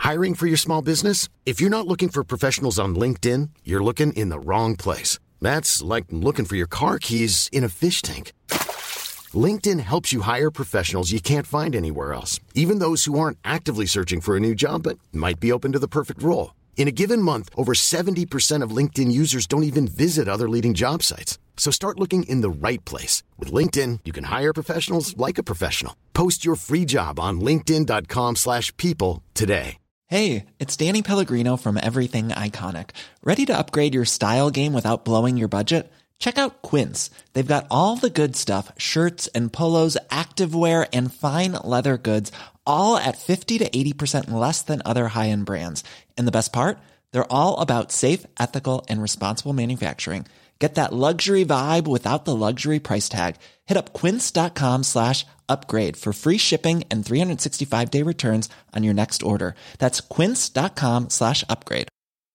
Hiring for your small business? If you're not looking for professionals on LinkedIn, you're looking in the wrong place. That's like looking for your car keys in a fish tank. LinkedIn helps you hire professionals you can't find anywhere else, even those who aren't actively searching for a new job but might be open to the perfect role. In a given month, over 70% of LinkedIn users don't even visit other leading job sites. So start looking in the right place. With LinkedIn, you can hire professionals like a professional. Post your free job on linkedin.com/people today. Hey, it's Danny Pellegrino from Everything Iconic. Ready to upgrade your style game without blowing your budget? Check out Quince. They've got all the good stuff, shirts and polos, activewear, and fine leather goods, all at 50 to 80% less than other high-end brands. And the best part? They're all about safe, ethical, and responsible manufacturing. Get that luxury vibe without the luxury price tag. Hit up quince.com/upgrade for free shipping and 365-day returns on your next order. That's quince.com/upgrade.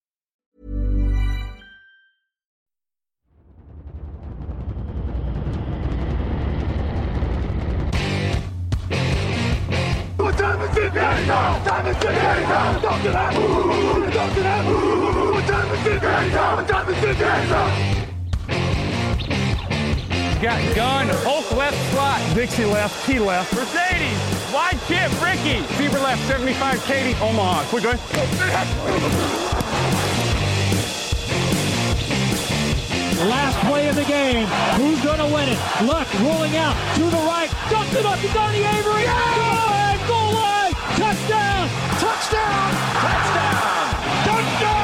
Got gun, Hulk left slot, Dixie left, T left, Mercedes, wide chip, Ricky, Fever left, 75, Katie, Omaha. Quick, go ahead. Last play of the game. Who's going to win it? Luck rolling out to the right. Dumps it up to Donnie Avery. Yeah! Goal line. Touchdown. Touchdown. Touchdown. Touchdown.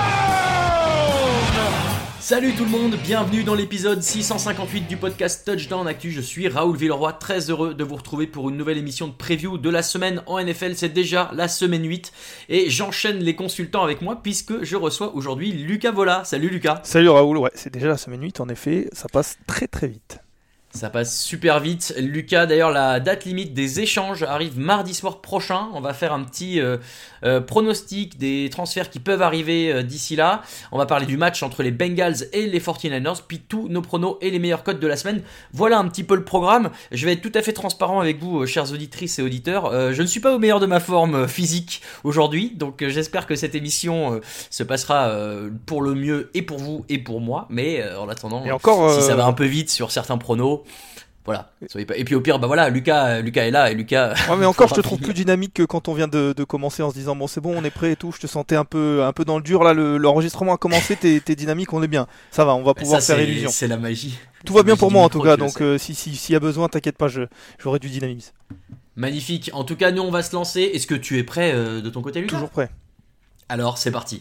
Salut tout le monde, bienvenue dans l'épisode 658 du podcast Touchdown Actu. Je suis Raoul Villeroy, très heureux de vous retrouver pour une nouvelle émission de preview de la semaine en NFL. C'est déjà la semaine 8 et j'enchaîne les consultants avec moi puisque je reçois aujourd'hui Lucas Vola. Salut Lucas. Salut Raoul, ouais, c'est déjà la semaine 8 en effet, ça passe très très vite. Ça passe super vite. Lucas, d'ailleurs, la date limite des échanges arrive mardi soir prochain. On va faire un petit pronostic des transferts qui peuvent arriver d'ici là. On va parler du match entre les Bengals et les 49ers, puis tous nos pronos et les meilleurs codes de la semaine. Voilà un petit peu le programme. Je vais être tout à fait transparent avec vous, chères auditrices et auditeurs. Je ne suis pas au meilleur de ma forme physique aujourd'hui, donc j'espère que cette émission se passera pour le mieux et pour vous et pour moi. Mais en attendant, si ça va un peu vite sur certains pronos, voilà. Et puis au pire, bah voilà, Lucas est là et Lucas. Ouais, mais encore, je te trouve plus dynamique que quand on vient de commencer en se disant bon, c'est bon, on est prêt et tout. Je te sentais un peu dans le dur là. L'enregistrement a commencé, t'es dynamique, on est bien. Ça va, on va pouvoir faire illusion. C'est la magie. Tout va bien pour moi en tout cas. Donc s'il y a besoin, t'inquiète pas, j'aurai du dynamisme. Magnifique. En tout cas, nous on va se lancer. Est-ce que tu es prêt de ton côté, Lucas ? Toujours prêt. Alors c'est parti.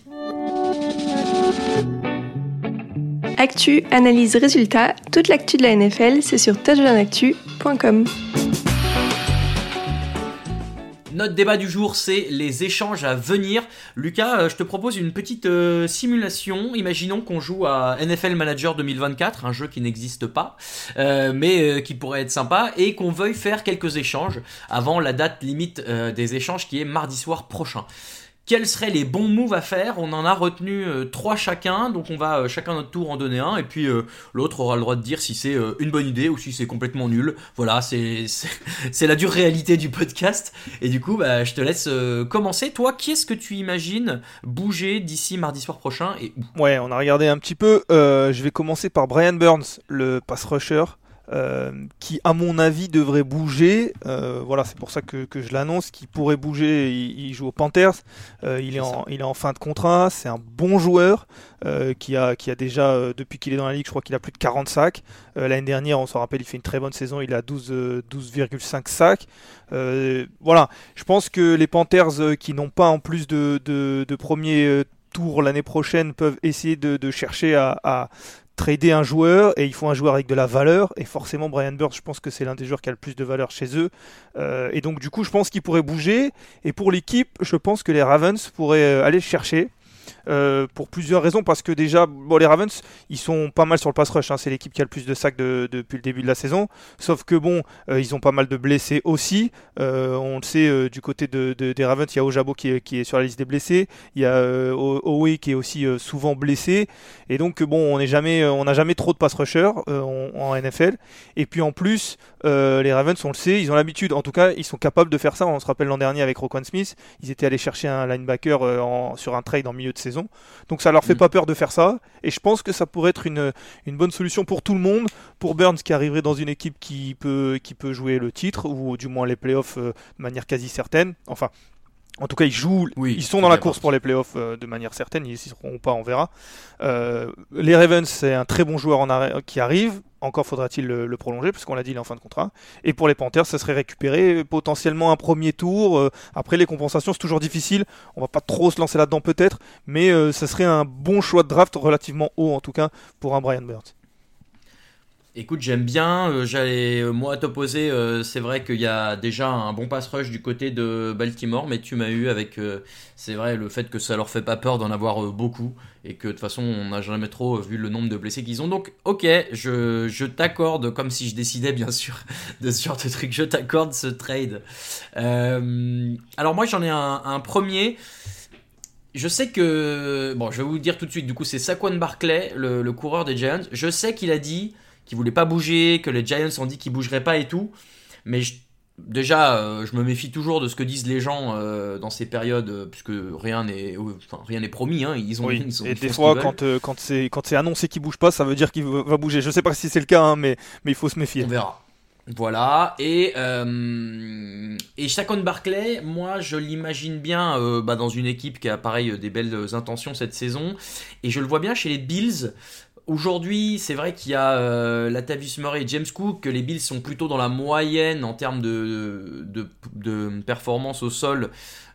Actu, analyse, résultat, toute l'actu de la NFL, c'est sur touchdownactu.com. Notre débat du jour, c'est les échanges à venir. Lucas, je te propose une petite simulation. Imaginons qu'on joue à NFL Manager 2024, un jeu qui n'existe pas, mais qui pourrait être sympa, et qu'on veuille faire quelques échanges avant la date limite des échanges qui est mardi soir prochain. Quels seraient les bons moves à faire ? On en a retenu 3 chacun, donc on va chacun notre tour en donner un, et puis l'autre aura le droit de dire si c'est une bonne idée ou si c'est complètement nul. Voilà, c'est la dure réalité du podcast. Et du coup, je te laisse commencer. Toi, qui est-ce que tu imagines bouger d'ici mardi soir prochain et où ? Ouais, on a regardé un petit peu. Je vais commencer par Brian Burns, le pass rusher. Qui à mon avis devrait bouger, voilà, c'est pour ça que je l'annonce, qu'il pourrait bouger. Il joue aux Panthers, il est en fin de contrat, c'est un bon joueur qui a déjà depuis qu'il est dans la ligue, je crois qu'il a plus de 40 sacs. L'année dernière, on s'en rappelle, il fait une très bonne saison, il a 12,5 sacs. Voilà, je pense que les Panthers qui n'ont pas en plus de premier tour l'année prochaine peuvent essayer de chercher à trader un joueur, et il faut un joueur avec de la valeur, et forcément Brian Burns, je pense que c'est l'un des joueurs qui a le plus de valeur chez eux, et donc du coup je pense qu'il pourrait bouger. Et pour l'équipe, je pense que les Ravens pourraient aller le chercher. pour plusieurs raisons, parce que déjà, les Ravens, ils sont pas mal sur le pass rush, hein, c'est l'équipe qui a le plus de sacs depuis le début de la saison, sauf que ils ont pas mal de blessés aussi, on le sait, du côté des Ravens, il y a Ojabo qui est sur la liste des blessés, il y a Owe qui est aussi souvent blessé, et donc on n'a jamais trop de pass rushers en NFL, et puis en plus, les Ravens, on le sait, ils ont l'habitude, en tout cas, ils sont capables de faire ça. On se rappelle l'an dernier avec Roquan Smith, ils étaient allés chercher un linebacker sur un trade en milieu de saison. Donc ça leur fait pas peur de faire ça. Et je pense que ça pourrait être une bonne solution pour tout le monde. Pour Burns qui arriverait dans une équipe qui peut jouer le titre, ou du moins les playoffs de manière quasi certaine. Enfin, en tout cas, ils sont dans la course pour les playoffs de manière certaine. Ils y seront ou pas, on verra. Les Ravens, c'est un très bon joueur qui arrive. Encore faudra-t-il le prolonger, puisqu'on l'a dit, il est en fin de contrat. Et pour les Panthers, ça serait récupérer potentiellement un premier tour. Après, les compensations, c'est toujours difficile. On va pas trop se lancer là-dedans peut-être, mais ça serait un bon choix de draft, relativement haut en tout cas, pour un Brian Burns. Écoute, j'aime bien, j'allais moi t'opposer, c'est vrai qu'il y a déjà un bon pass rush du côté de Baltimore, mais tu m'as eu avec, c'est vrai, le fait que ça leur fait pas peur d'en avoir beaucoup, et que de toute façon on n'a jamais trop vu le nombre de blessés qu'ils ont, donc ok, je t'accorde, comme si je décidais bien sûr de ce genre de truc, je t'accorde ce trade. Alors moi j'en ai un premier. Je sais que, je vais vous dire tout de suite, du coup c'est Saquon Barkley, le coureur des Giants, je sais qu'il a dit qui voulait pas bouger, que les Giants ont dit qu'ils bougeraient pas et tout, mais je me méfie toujours de ce que disent les gens dans ces périodes, puisque rien n'est promis, hein. Et des fois quand c'est annoncé qu'il bouge pas, ça veut dire qu'il va bouger. Je sais pas si c'est le cas, hein, mais il faut se méfier. On verra. Voilà, et Saquon Barkley, moi je l'imagine bien dans une équipe qui a pareil des belles intentions cette saison, et je le vois bien chez les Bills. Aujourd'hui, c'est vrai qu'il y a Latavius Murray et James Cook, que les Bills sont plutôt dans la moyenne en termes de performance au sol,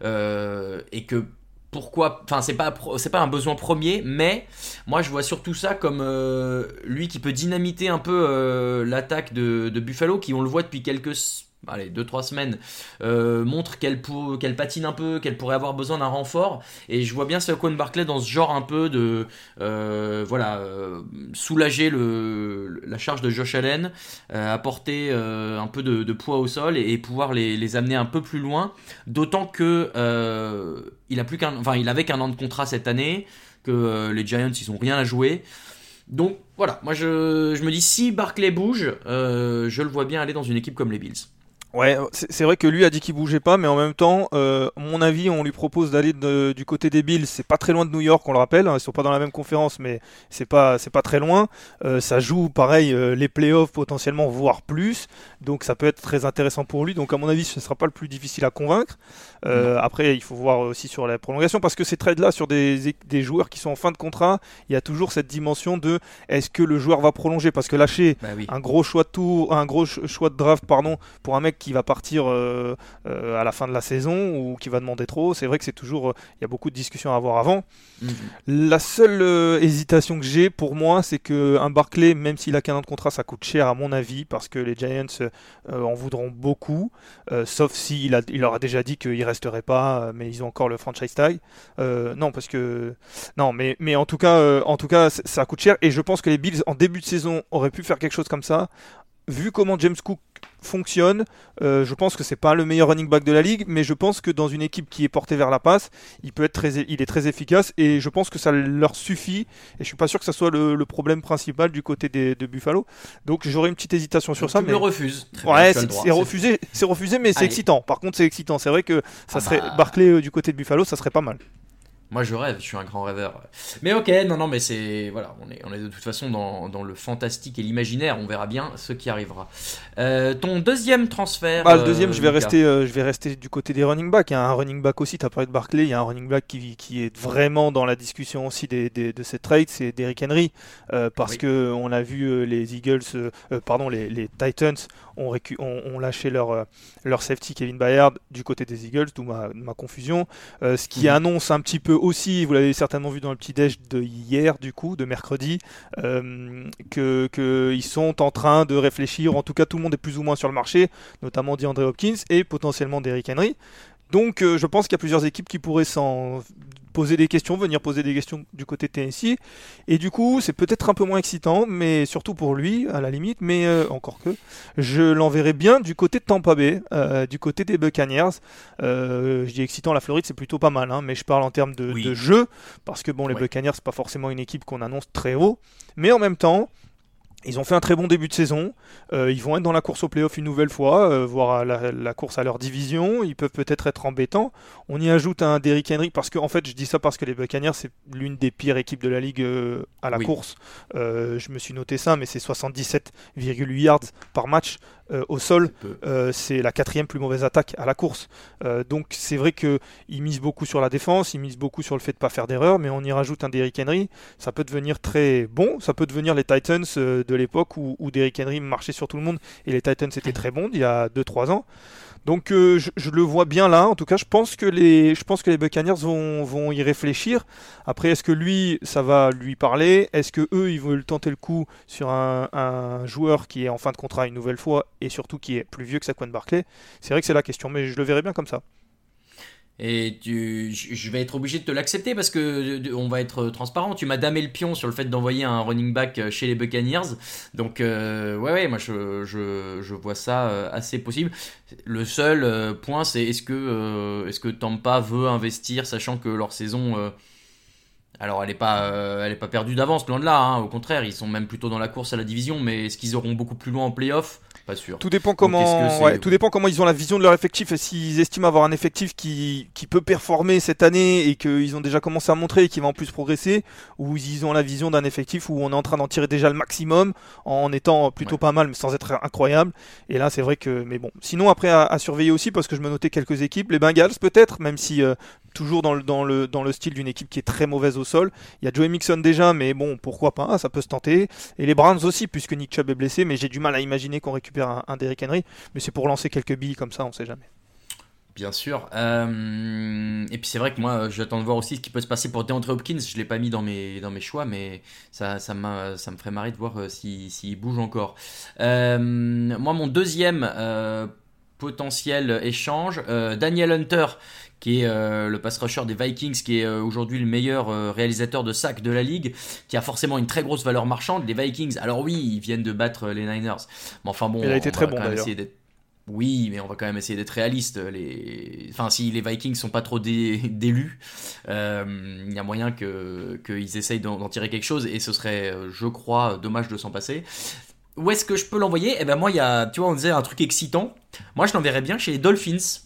et que c'est pas un besoin premier, mais moi je vois surtout ça comme lui qui peut dynamiter un peu l'attaque de Buffalo, qui on le voit depuis 2-3 semaines, montre qu'elle patine un peu, qu'elle pourrait avoir besoin d'un renfort, et je vois bien Saquon Barkley dans ce genre un peu de soulager la charge de Josh Allen, apporter un peu de poids au sol et pouvoir les amener un peu plus loin, d'autant que il avait qu'un an de contrat cette année, que les Giants ils ont rien à jouer. Donc voilà, moi je me dis, si Barkley bouge, je le vois bien aller dans une équipe comme les Bills. Ouais, c'est vrai que lui a dit qu'il bougeait pas, mais en même temps, à mon avis, on lui propose d'aller du côté des Bills. C'est pas très loin de New York, on le rappelle. Hein, ils sont pas dans la même conférence, mais c'est pas très loin. Ça joue pareil les playoffs potentiellement, voire plus. Donc ça peut être très intéressant pour lui. Donc à mon avis, ce sera pas le plus difficile à convaincre. Après, il faut voir aussi sur la prolongation, parce que ces trades-là sur des joueurs qui sont en fin de contrat, il y a toujours cette dimension de est-ce que le joueur va prolonger, parce que lâcher un gros choix de draft, pour un mec qui va partir à la fin de la saison ou qui va demander trop, c'est vrai que c'est toujours, il y a beaucoup de discussions à avoir avant. La seule hésitation que j'ai pour moi, c'est qu'un Barkley, même s'il a qu'un an de contrat, ça coûte cher à mon avis, parce que les Giants en voudront beaucoup, sauf s'il leur a déjà dit qu'il resterait pas, mais ils ont encore le franchise tag. Mais en tout cas, ça coûte cher, et je pense que les Bills en début de saison auraient pu faire quelque chose comme ça. Vu comment James Cook fonctionne, je pense que c'est pas le meilleur running back de la ligue, mais je pense que dans une équipe qui est portée vers la passe, il est très efficace, et je pense que ça leur suffit, et je suis pas sûr que ça soit le problème principal du côté de Buffalo. Donc j'aurais une petite hésitation sur ça. Tu le refuses. Ouais, c'est refusé, mais c'est excitant. Par contre, c'est excitant. C'est vrai que ça serait Barkley du côté de Buffalo, ça serait pas mal. Moi je rêve, je suis un grand rêveur. Mais ok, non, mais c'est voilà, on est de toute façon dans le fantastique et l'imaginaire. On verra bien ce qui arrivera. Ton deuxième transfert. Le deuxième, je vais rester du côté des running backs. Il y a un running back aussi. T'as parlé de Barkley. Il y a un running back qui est vraiment dans la discussion aussi de ces trades. C'est Derrick Henry, parce que on a vu les Eagles, les Titans ont lâché leur safety Kevin Byard du côté des Eagles, d'où ma confusion. Ce qui annonce un petit peu aussi, vous l'avez certainement vu dans le petit déj de hier, de mercredi, qu'ils sont en train de réfléchir, en tout cas tout le monde est plus ou moins sur le marché, notamment DeAndre Hopkins et potentiellement Derrick Henry. Donc je pense qu'il y a plusieurs équipes qui pourraient venir poser des questions du côté de Tennessee. Et du coup, c'est peut-être un peu moins excitant, mais surtout pour lui, à la limite, mais encore que, je l'enverrai bien du côté de Tampa Bay, du côté des Buccaneers. Je dis excitant, la Floride, c'est plutôt pas mal, hein, mais je parle en termes de jeu, parce que bon, les Buccaneers, c'est pas forcément une équipe qu'on annonce très haut, mais en même temps, ils ont fait un très bon début de saison. Ils vont être dans la course au playoff une nouvelle fois, voire la course à leur division. Ils peuvent peut-être être embêtants. On y ajoute un Derrick Henry, parce que, en fait, je dis ça parce que les Buccaneers, c'est l'une des pires équipes de la ligue à la course. Je me suis noté ça, mais c'est 77,8 yards par match au sol. C'est la 4e plus mauvaise attaque à la course. Donc c'est vrai qu'ils misent beaucoup sur la défense, ils misent beaucoup sur le fait de ne pas faire d'erreur, mais on y rajoute un Derrick Henry. Ça peut devenir très bon. Ça peut devenir les Titans de l'époque où Derrick Henry marchait sur tout le monde et les Titans étaient très bons il y a 2-3 ans. Donc je le vois bien là. En tout cas, je pense que les Buccaneers vont y réfléchir. Après, est-ce que lui, ça va lui parler? Est-ce que eux, ils veulent tenter le coup sur un joueur qui est en fin de contrat une nouvelle fois et surtout qui est plus vieux que Saquon Barkley? C'est vrai que c'est la question, mais je le verrais bien comme ça. Et je vais être obligé de te l'accepter parce que on va être transparent. Tu m'as damé le pion sur le fait d'envoyer un running back chez les Buccaneers. Donc ouais, moi je vois ça assez possible. Le seul point, c'est est-ce que Tampa veut investir, sachant que leur saison, alors elle est pas perdue d'avance, loin de là. Hein. Au contraire, ils sont même plutôt dans la course à la division. Mais est-ce qu'ils auront beaucoup plus loin en playoff? Pas sûr. Tout dépend tout dépend comment ils ont la vision de leur effectif et s'ils estiment avoir un effectif qui peut performer cette année et qu'ils ont déjà commencé à montrer et qui va en plus progresser, ou ils ont la vision d'un effectif où on est en train d'en tirer déjà le maximum en étant plutôt pas mal mais sans être incroyable. Et là c'est vrai que, mais bon. Sinon après à surveiller aussi, parce que je me notais quelques équipes, les Bengals peut-être, même si toujours dans le style d'une équipe qui est très mauvaise au sol. Il y a Joey Mixon déjà, mais bon, pourquoi pas, ça peut se tenter. Et les Browns aussi, puisque Nick Chubb est blessé, mais j'ai du mal à imaginer qu'on récupère un Derrick Henry. Mais c'est pour lancer quelques billes comme ça, on sait jamais. Bien sûr. Et puis c'est vrai que moi, j'attends de voir aussi ce qui peut se passer pour DeAndre Hopkins. Je l'ai pas mis dans mes choix, mais ça me ferait marrer de voir s'il bouge encore. Moi, mon deuxième potentiel échange, Daniel Hunter, qui est le pass rusher des Vikings, qui est aujourd'hui le meilleur réalisateur de sacs de la ligue, qui a forcément une très grosse valeur marchande. Les Vikings, alors oui, ils viennent de battre les Niners, mais enfin bon, il a été très bon d'ailleurs. Oui, mais on va quand même essayer d'être réaliste. Enfin, si les Vikings sont pas trop d'élus, il y a moyen qu'ils essayent d'en tirer quelque chose, et ce serait, je crois, dommage de s'en passer. Où est-ce que je peux l'envoyer? Eh ben moi, tu vois, on disait un truc excitant. Moi, je l'enverrais bien chez les Dolphins.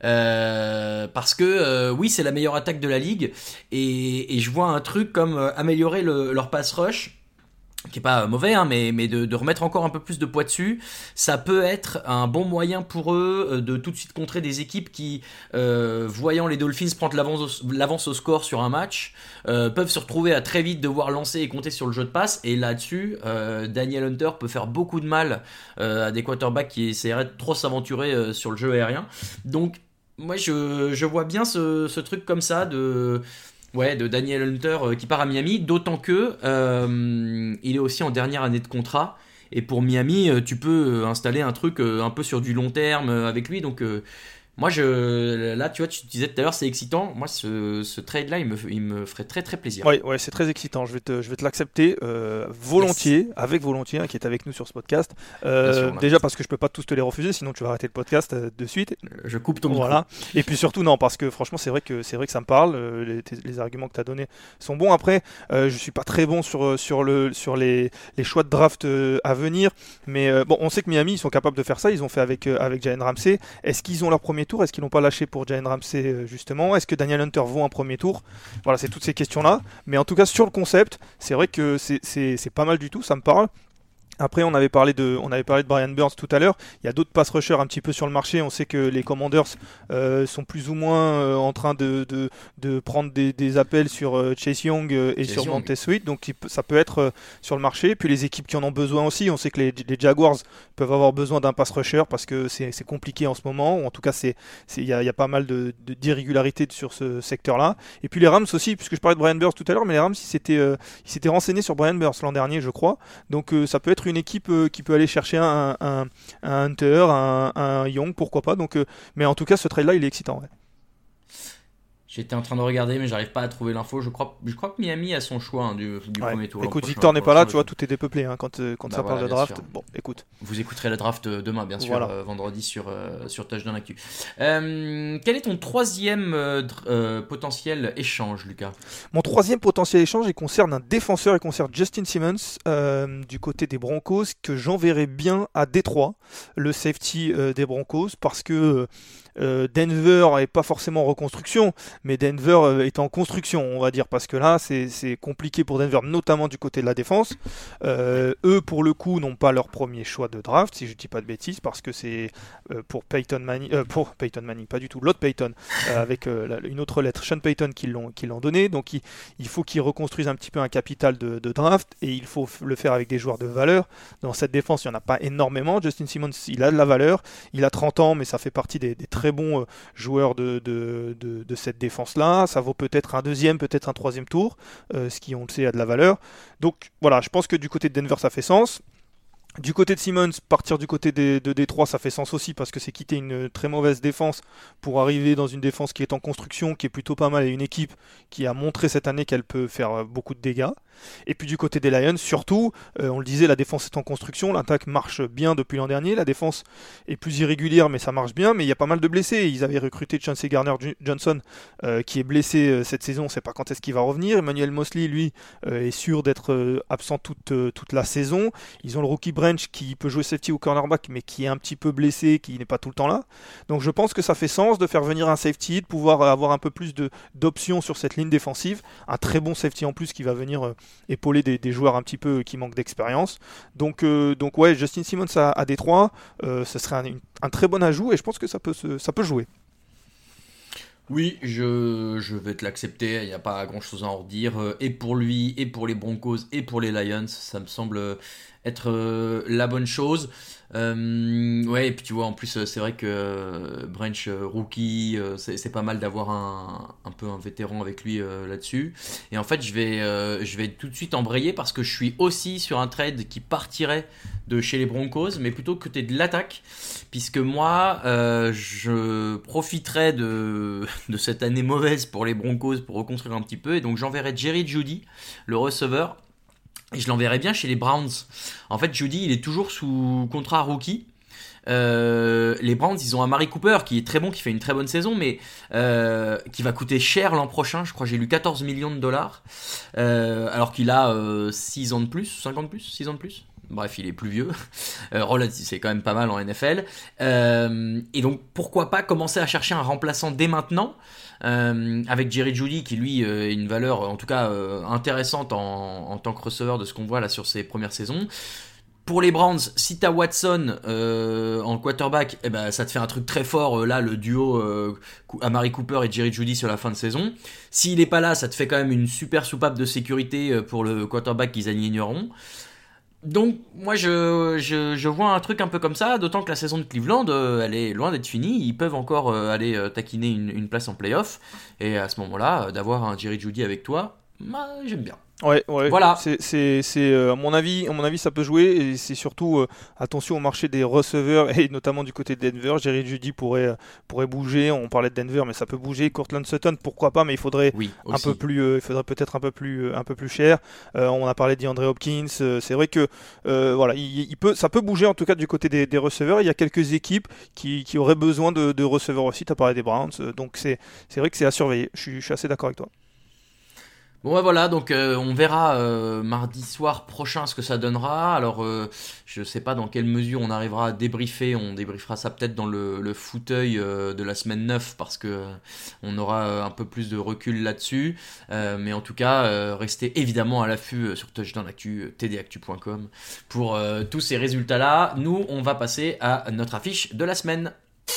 Parce que oui, c'est la meilleure attaque de la ligue, et je vois un truc comme améliorer leur pass rush, qui est pas mauvais, hein, mais de remettre encore un peu plus de poids dessus. Ça peut être un bon moyen pour eux de tout de suite contrer des équipes qui, voyant les Dolphins prendre l'avance au score sur un match, peuvent se retrouver à très vite devoir lancer et compter sur le jeu de passe. Et là-dessus, Daniel Hunter peut faire beaucoup de mal à des quarterbacks qui essaieraient de trop s'aventurer sur le jeu aérien. Donc moi je vois bien ce truc comme ça de Daniel Hunter qui part à Miami, d'autant que il est aussi en dernière année de contrat, et pour Miami tu peux installer un truc un peu sur du long terme avec lui. Donc moi là tu vois, tu disais tout à l'heure c'est excitant. Moi ce trade là il me ferait très très plaisir. Ouais, c'est très excitant. Je vais te l'accepter volontiers, yes. Avec volontiers, qui est avec nous sur ce podcast. Déjà parce que je peux pas tous te les refuser, sinon tu vas arrêter le podcast de suite. Je coupe ton micro. Voilà. Et puis surtout non, parce que franchement c'est vrai que ça me parle. Les arguments que tu as donnés sont bons. Après je suis pas très bon sur les choix de draft à venir, mais bon, on sait que Miami ils sont capables de faire ça. Ils ont fait avec Jalen Ramsey. Est-ce qu'ils ont leur premier tour? Est-ce qu'ils n'ont pas lâché pour Jalen Ramsey justement? Est-ce que Daniel Hunter vaut un premier tour? Voilà, c'est toutes ces questions-là. Mais en tout cas, sur le concept, c'est vrai que c'est pas mal du tout, ça me parle. Après, on avait parlé de Brian Burns tout à l'heure. Il y a d'autres pass rushers un petit peu sur le marché. On sait que les Commanders sont plus ou moins en train de prendre des appels sur Chase Young et sur Montez Sweat. Donc ça peut être sur le marché. Puis les équipes qui en ont besoin aussi. On sait que les Jaguars peuvent avoir besoin d'un pass rusher parce que c'est compliqué en ce moment. Ou en tout cas, il y a pas mal d'irrégularités sur ce secteur-là. Et puis les Rams aussi, puisque je parlais de Brian Burns tout à l'heure, mais les Rams ils s'étaient renseignés sur Brian Burns l'an dernier, je crois. Donc ça peut être une équipe qui peut aller chercher un Hunter, un Young, pourquoi pas. Donc, mais en tout cas, ce trade-là, il est excitant. Ouais. J'étais en train de regarder, mais j'arrive pas à trouver l'info. Je crois que Miami a son choix du premier tour. Écoute, Victor n'est pas là, tu vois, tout est dépeuplé quand ça parle de draft. Sûr. Bon, écoute. Vous écouterez la draft demain, bien sûr, vendredi sur Touchdown Actu. Quel est ton troisième potentiel échange, Lucas ? Mon troisième potentiel échange, il concerne un défenseur, il concerne Justin Simmons du côté des Broncos, que j'enverrai bien à Détroit, le safety des Broncos, parce que Denver n'est pas forcément en reconstruction, mais Denver est en construction, on va dire, parce que là, c'est compliqué pour Denver, notamment du côté de la défense. Eux, pour le coup, n'ont pas leur premier choix de draft, si je ne dis pas de bêtises, parce que c'est pour Peyton Manning, pas du tout, l'autre Peyton, avec une autre lettre, Sean Payton, qui l'ont donné. Donc, il faut qu'ils reconstruisent un petit peu un capital de draft, et il faut le faire avec des joueurs de valeur. Dans cette défense, il n'y en a pas énormément. Justin Simmons, il a de la valeur, il a 30 ans, mais ça fait partie des très bons joueurs de cette défense-là. Ça vaut peut-être un deuxième, peut-être un troisième tour, ce qui, on le sait, a de la valeur. Donc voilà, je pense que du côté de Denver, ça fait sens. Du côté de Simmons, partir du côté de Détroit, ça fait sens aussi, parce que c'est quitter une très mauvaise défense pour arriver dans une défense qui est en construction, qui est plutôt pas mal, et une équipe qui a montré cette année qu'elle peut faire beaucoup de dégâts. Et puis du côté des Lions, surtout, on le disait, la défense est en construction, l'attaque marche bien depuis l'an dernier, la défense est plus irrégulière, mais ça marche bien, mais il y a pas mal de blessés. Ils avaient recruté Chauncey Gardner-Johnson, qui est blessé cette saison, on ne sait pas quand est-ce qu'il va revenir. Emmanuel Mosley, lui, est sûr d'être absent toute la saison. Ils ont le rookie Branch qui peut jouer safety ou cornerback, mais qui est un petit peu blessé, qui n'est pas tout le temps là. Donc je pense que ça fait sens de faire venir un safety, de pouvoir avoir un peu plus d'options sur cette ligne défensive. Un très bon safety en plus qui va venir épauler des joueurs un petit peu qui manquent d'expérience. Donc ouais, Justin Simmons à Détroit, ce serait un très bon ajout, et je pense que ça peut jouer. Oui, je vais te l'accepter, il n'y a pas grand-chose à en redire. Et pour lui, et pour les Broncos, et pour les Lions, ça me semble être la bonne chose. Ouais, et puis tu vois, en plus, c'est vrai que Branch, rookie, c'est pas mal d'avoir un peu un vétéran avec lui là-dessus. Et en fait, je vais tout de suite embrayer, parce que je suis aussi sur un trade qui partirait de chez les Broncos, mais plutôt côté de l'attaque, puisque moi, je profiterai de cette année mauvaise pour les Broncos pour reconstruire un petit peu, et donc j'enverrai Jerry Jeudy, le receveur, et je l'enverrai bien chez les Browns. En fait, Jeudy, il est toujours sous contrat rookie. Les Browns, ils ont un Amari Cooper qui est très bon, qui fait une très bonne saison, mais qui va coûter cher l'an prochain. Je crois que j'ai lu $14 millions, alors qu'il a 6 ans de plus, 5 ans de plus, 6 ans de plus. Bref, il est plus vieux. C'est quand même pas mal en NFL. Et donc, pourquoi pas commencer à chercher un remplaçant dès maintenant, avec Jerry Jeudy, qui lui a une valeur en tout cas intéressante en tant que receveur de ce qu'on voit là sur ses premières saisons. Pour les Browns, si t'as Watson en quarterback, ça te fait un truc très fort, là, le duo Amari Cooper et Jerry Jeudy sur la fin de saison. S'il est pas là, ça te fait quand même une super soupape de sécurité pour le quarterback qu'ils aligneront. Donc moi je vois un truc un peu comme ça, d'autant que la saison de Cleveland elle est loin d'être finie. Ils peuvent encore aller taquiner une place en playoff, et à ce moment-là d'avoir un Jerry Jeudy avec toi, j'aime bien. Ouais, voilà. C'est à mon avis ça peut jouer, et c'est surtout attention au marché des receveurs, et notamment du côté de Denver. Jerry Jeudy pourrait bouger. On parlait de Denver, mais ça peut bouger. Courtland Sutton, pourquoi pas, mais il faudrait un peu plus, il faudrait peut-être un peu plus cher. On a parlé d'Andre Hopkins. C'est vrai que voilà, ça peut bouger en tout cas du côté des receveurs. Il y a quelques équipes qui auraient besoin de receveurs aussi. Tu as parlé des Browns, donc c'est vrai que c'est à surveiller. Je suis assez d'accord avec toi. Bon voilà, donc on verra mardi soir prochain ce que ça donnera. Alors je sais pas dans quelle mesure on arrivera à débriefer. On débriefera ça peut-être dans le fauteuil de la semaine 9, parce que on aura un peu plus de recul là-dessus. Mais en tout cas, restez évidemment à l'affût sur Touchdown Actu, tdactu.com pour tous ces résultats-là. Nous, on va passer à notre affiche de la semaine.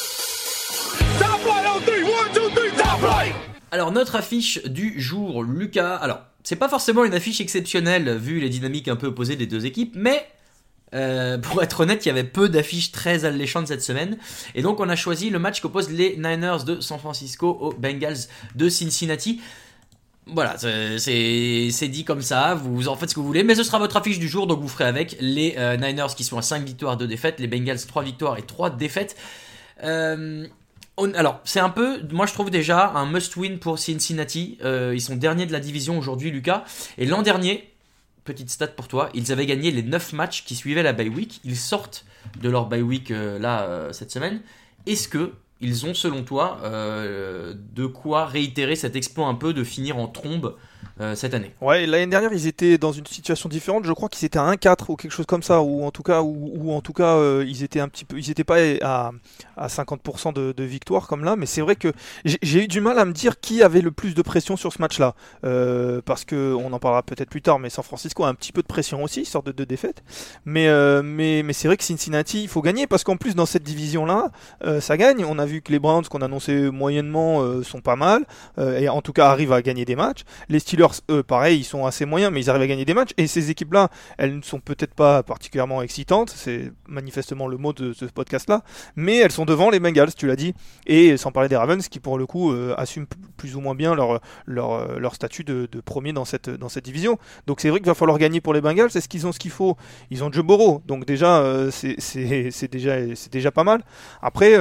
Alors notre affiche du jour, Lucas, alors c'est pas forcément une affiche exceptionnelle vu les dynamiques un peu opposées des deux équipes, mais pour être honnête, il y avait peu d'affiches très alléchantes cette semaine, et donc on a choisi le match qu'opposent les Niners de San Francisco aux Bengals de Cincinnati. Voilà, c'est dit comme ça, vous en faites ce que vous voulez, mais ce sera votre affiche du jour, donc vous ferez avec les Niners qui sont à 5 victoires, 2 défaites, les Bengals 3 victoires et 3 défaites. Alors, c'est un peu, moi je trouve déjà un must-win pour Cincinnati. Ils sont derniers de la division aujourd'hui, Lucas. Et l'an dernier, petite stat pour toi, ils avaient gagné les 9 matchs qui suivaient la bye week. Ils sortent de leur bye week cette semaine. Est-ce que ils ont, selon toi, de quoi réitérer cet exploit un peu de finir en trombe cette année? Ouais, l'année dernière, ils étaient dans une situation différente. Je crois qu'ils étaient à 1-4 ou quelque chose comme ça, ou en tout cas, ils étaient un petit peu, ils n'étaient pas à 50% de victoire comme là. Mais c'est vrai que j'ai eu du mal à me dire qui avait le plus de pression sur ce match-là, parce que on en parlera peut-être plus tard. Mais San Francisco a un petit peu de pression aussi, sorte de 2 défaites. Mais c'est vrai que Cincinnati, il faut gagner parce qu'en plus dans cette division-là, ça gagne. On a vu que les Browns, qu'on annonçait moyennement, sont pas mal, et en tout cas arrivent à gagner des matchs. Les Steelers, eux, pareil, ils sont assez moyens, mais ils arrivent à gagner des matchs. Et ces équipes-là, elles ne sont peut-être pas particulièrement excitantes, c'est manifestement le mot de ce podcast-là, mais elles sont devant les Bengals, tu l'as dit, et sans parler des Ravens, qui pour le coup assument plus ou moins bien leur statut de premier dans cette division. Donc c'est vrai qu'il va falloir gagner pour les Bengals. Est-ce qu'ils ont ce qu'il faut? Ils ont Joe Burrow, donc déjà c'est déjà pas mal. Après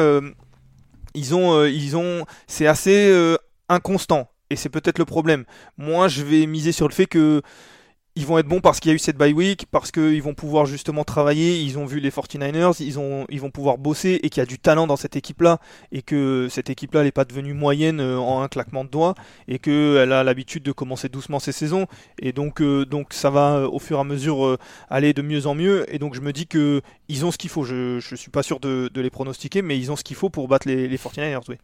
c'est assez inconstant, et c'est peut-être le problème. Moi, je vais miser sur le fait que ils vont être bons parce qu'il y a eu cette bye week, parce qu'ils vont pouvoir justement travailler. Ils ont vu les 49ers, ils vont pouvoir bosser, et qu'il y a du talent dans cette équipe-là, et que cette équipe-là n'est pas devenue moyenne en un claquement de doigts, et qu'elle a l'habitude de commencer doucement ses saisons, et donc ça va au fur et à mesure aller de mieux en mieux. Et donc je me dis que ils ont ce qu'il faut. Je suis pas sûr de les pronostiquer, mais ils ont ce qu'il faut pour battre les 49ers, oui.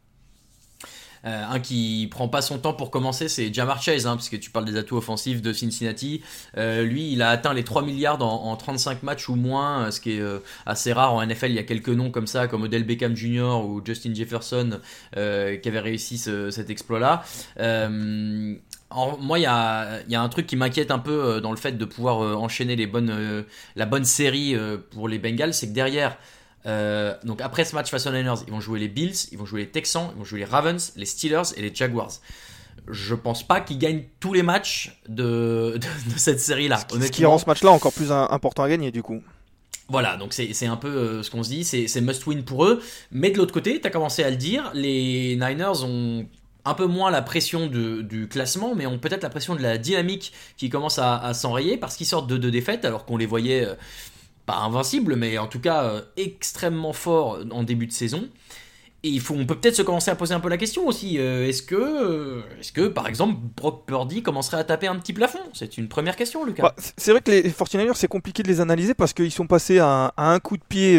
Un qui prend pas son temps pour commencer, c'est Ja'Marr Chase, parce que tu parles des atouts offensifs de Cincinnati. Lui, il a atteint les 3 milliards en 35 matchs ou moins, ce qui est assez rare en NFL. Il y a quelques noms comme ça, comme Odell Beckham Jr. ou Justin Jefferson, qui avaient réussi cet exploit-là. Moi, il y a un truc qui m'inquiète un peu dans le fait de pouvoir enchaîner la bonne série pour les Bengals, c'est que derrière, donc après ce match face aux Niners, ils vont jouer les Bills, ils vont jouer les Texans, ils vont jouer les Ravens, les Steelers et les Jaguars. Je pense pas qu'ils gagnent tous les matchs de cette série-là. Ce qui rend ce match-là encore plus important à gagner, du coup. Voilà, donc c'est un peu ce qu'on se dit, c'est must-win pour eux. Mais de l'autre côté, tu as commencé à le dire, les Niners ont un peu moins la pression du classement, mais ont peut-être la pression de la dynamique qui commence à s'enrayer, parce qu'ils sortent de 2 défaites alors qu'on les voyait pas invincibles, mais en tout cas extrêmement forts en début de saison. Et on peut peut-être se commencer à poser un peu la question aussi. Est-ce que, par exemple, Brock Purdy commencerait à taper un petit plafond? C'est une première question, Lucas. C'est vrai que les 49ers, c'est compliqué de les analyser parce qu'ils sont passés à un coup de pied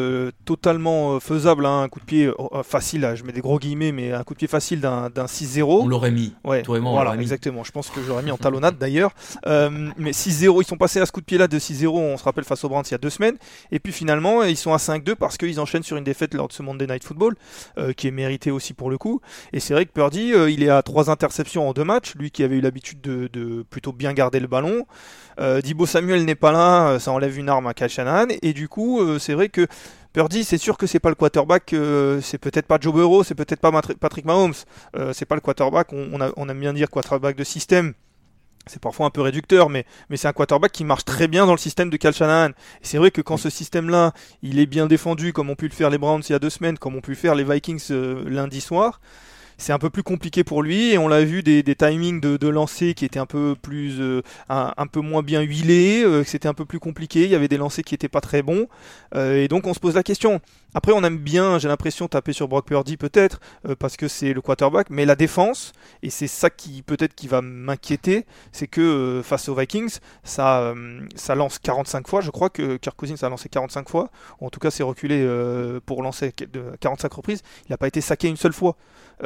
totalement faisable, un coup de pied facile, là, je mets des gros guillemets, mais un coup de pied facile d'un 6-0. On l'aurait mis. Ouais, toi et moi, voilà, exactement. Je pense que j'aurais mis en talonnade d'ailleurs. Mais 6-0, ils sont passés à ce coup de pied-là de 6-0, on se rappelle, face aux Browns il y a 2 semaines. Et puis finalement, ils sont à 5-2 parce qu'ils enchaînent sur une défaite lors de ce Monday Night Football. Qui est mérité aussi pour le coup. Et c'est vrai que Purdy, il est à 3 interceptions en 2 matchs, lui qui avait eu l'habitude de plutôt bien garder le ballon. Deebo Samuel n'est pas là, ça enlève une arme à Kyle Shanahan, et du coup c'est vrai que Purdy, c'est sûr que c'est pas le quarterback, c'est peut-être pas Joe Burrow, c'est peut-être pas Patrick Mahomes, c'est pas le quarterback, on aime bien dire quarterback de système. C'est parfois un peu réducteur, mais c'est un quarterback qui marche très bien dans le système de Kyle Shanahan. Et c'est vrai que quand ce système-là, il est bien défendu, comme ont pu le faire les Browns il y a 2 semaines, comme ont pu le faire les Vikings lundi soir, c'est un peu plus compliqué pour lui, et on l'a vu des timings de lancer qui étaient un peu plus un peu moins bien huilés, que c'était un peu plus compliqué, il y avait des lancers qui étaient pas très bons, et donc on se pose la question. Après, on aime bien, j'ai l'impression, taper sur Brock Purdy peut-être, parce que c'est le quarterback, mais la défense, et c'est ça qui va m'inquiéter, c'est que face aux Vikings, ça lance 45 fois, je crois que Kirk Cousins a lancé 45 fois, en tout cas c'est reculé pour lancer de 45 reprises, il n'a pas été saqué une seule fois.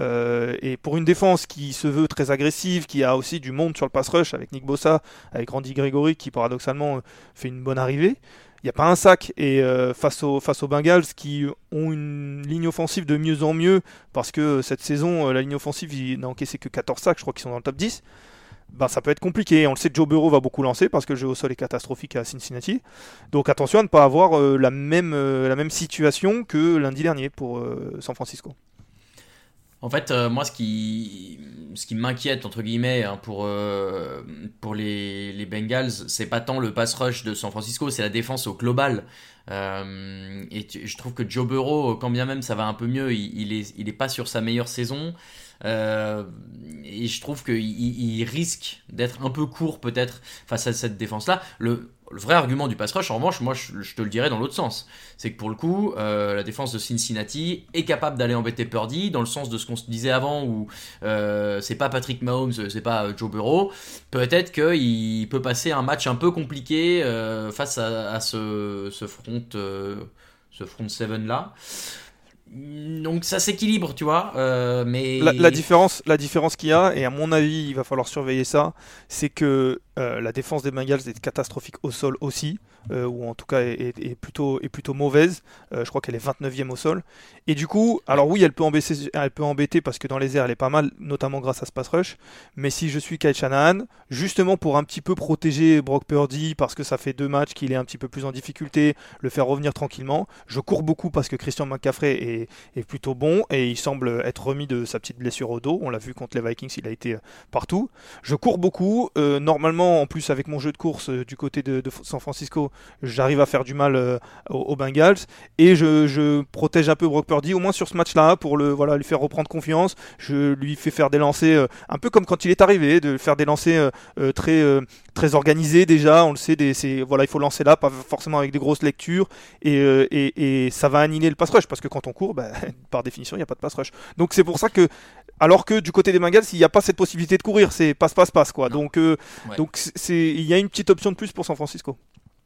Et pour une défense qui se veut très agressive, qui a aussi du monde sur le pass rush avec Nick Bosa, avec Randy Gregory qui paradoxalement fait une bonne arrivée, il n'y a pas un sac. Et face aux Bengals qui ont une ligne offensive de mieux en mieux, parce que cette saison la ligne offensive n'a encaissé que 14 sacs, je crois qu'ils sont dans le top 10, ça peut être compliqué. On le sait, Joe Burrow va beaucoup lancer parce que le jeu au sol est catastrophique à Cincinnati, donc attention à ne pas avoir la même situation que lundi dernier pour San Francisco. En fait, moi, ce qui m'inquiète, entre guillemets, hein, pour les Bengals, c'est pas tant le pass rush de San Francisco, c'est la défense au global. Je trouve que Joe Burrow, quand bien même ça va un peu mieux, il est pas sur sa meilleure saison. Et je trouve qu'il risque d'être un peu court peut-être face à cette défense-là. Le vrai argument du pass rush, en revanche, moi je te le dirais dans l'autre sens. C'est que pour le coup, la défense de Cincinnati est capable d'aller embêter Purdy, dans le sens de ce qu'on se disait avant, où c'est pas Patrick Mahomes, c'est pas Joe Burrow. Peut-être qu'il peut passer un match un peu compliqué face à ce front 7 là. Donc ça s'équilibre, tu vois, mais la différence qu'il y a, et à mon avis il va falloir surveiller ça, c'est que la défense des Bengals est catastrophique au sol aussi, ou en tout cas est plutôt mauvaise. Je crois qu'elle est 29e au sol, et du coup, alors oui, elle peut embêter parce que dans les airs elle est pas mal, notamment grâce à ce pass rush, mais si je suis Kyle Shanahan, justement pour un petit peu protéger Brock Purdy, parce que ça fait 2 matchs qu'il est un petit peu plus en difficulté, le faire revenir tranquillement, je cours beaucoup parce que Christian McCaffrey est plutôt bon, et il semble être remis de sa petite blessure au dos, on l'a vu contre les Vikings, il a été partout. Je cours beaucoup, normalement en plus avec mon jeu de course du côté de San Francisco, j'arrive à faire du mal aux Bengals, et je protège un peu Brock Purdy, au moins sur ce match-là, pour lui faire reprendre confiance. Je lui fais faire des lancers, un peu comme quand il est arrivé, de faire des lancers très organisés déjà, on le sait, il faut lancer là, pas forcément avec des grosses lectures, et ça va annihiler le pass rush, parce que quand on court, par définition, il n'y a pas de pass rush. Donc c'est pour ça que, alors que du côté des Bengals, il n'y a pas cette possibilité de courir, c'est passe, quoi. Donc il y a une petite option de plus pour San Francisco.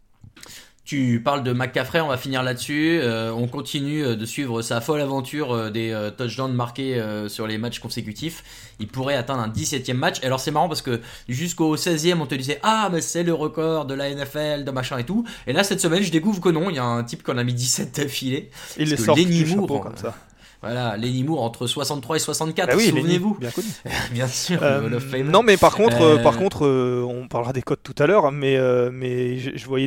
Tu parles de McCaffrey, on va finir là-dessus. On continue de suivre sa folle aventure des touchdowns marqués sur les matchs consécutifs. Il pourrait atteindre un 17e match. Et alors c'est marrant parce que jusqu'au 16e, on te disait « Ah, mais c'est le record de la NFL, de machin et tout ». Et là, cette semaine, je découvre que non, il y a un type qui en a mis 17 d'affilée. Il les sort du chapeau comme ça. Voilà, Lenny Moore entre 63 et 64, souvenez-vous. Bien connu. Bien sûr, non, mais par contre, on parlera des codes tout à l'heure, mais je voyais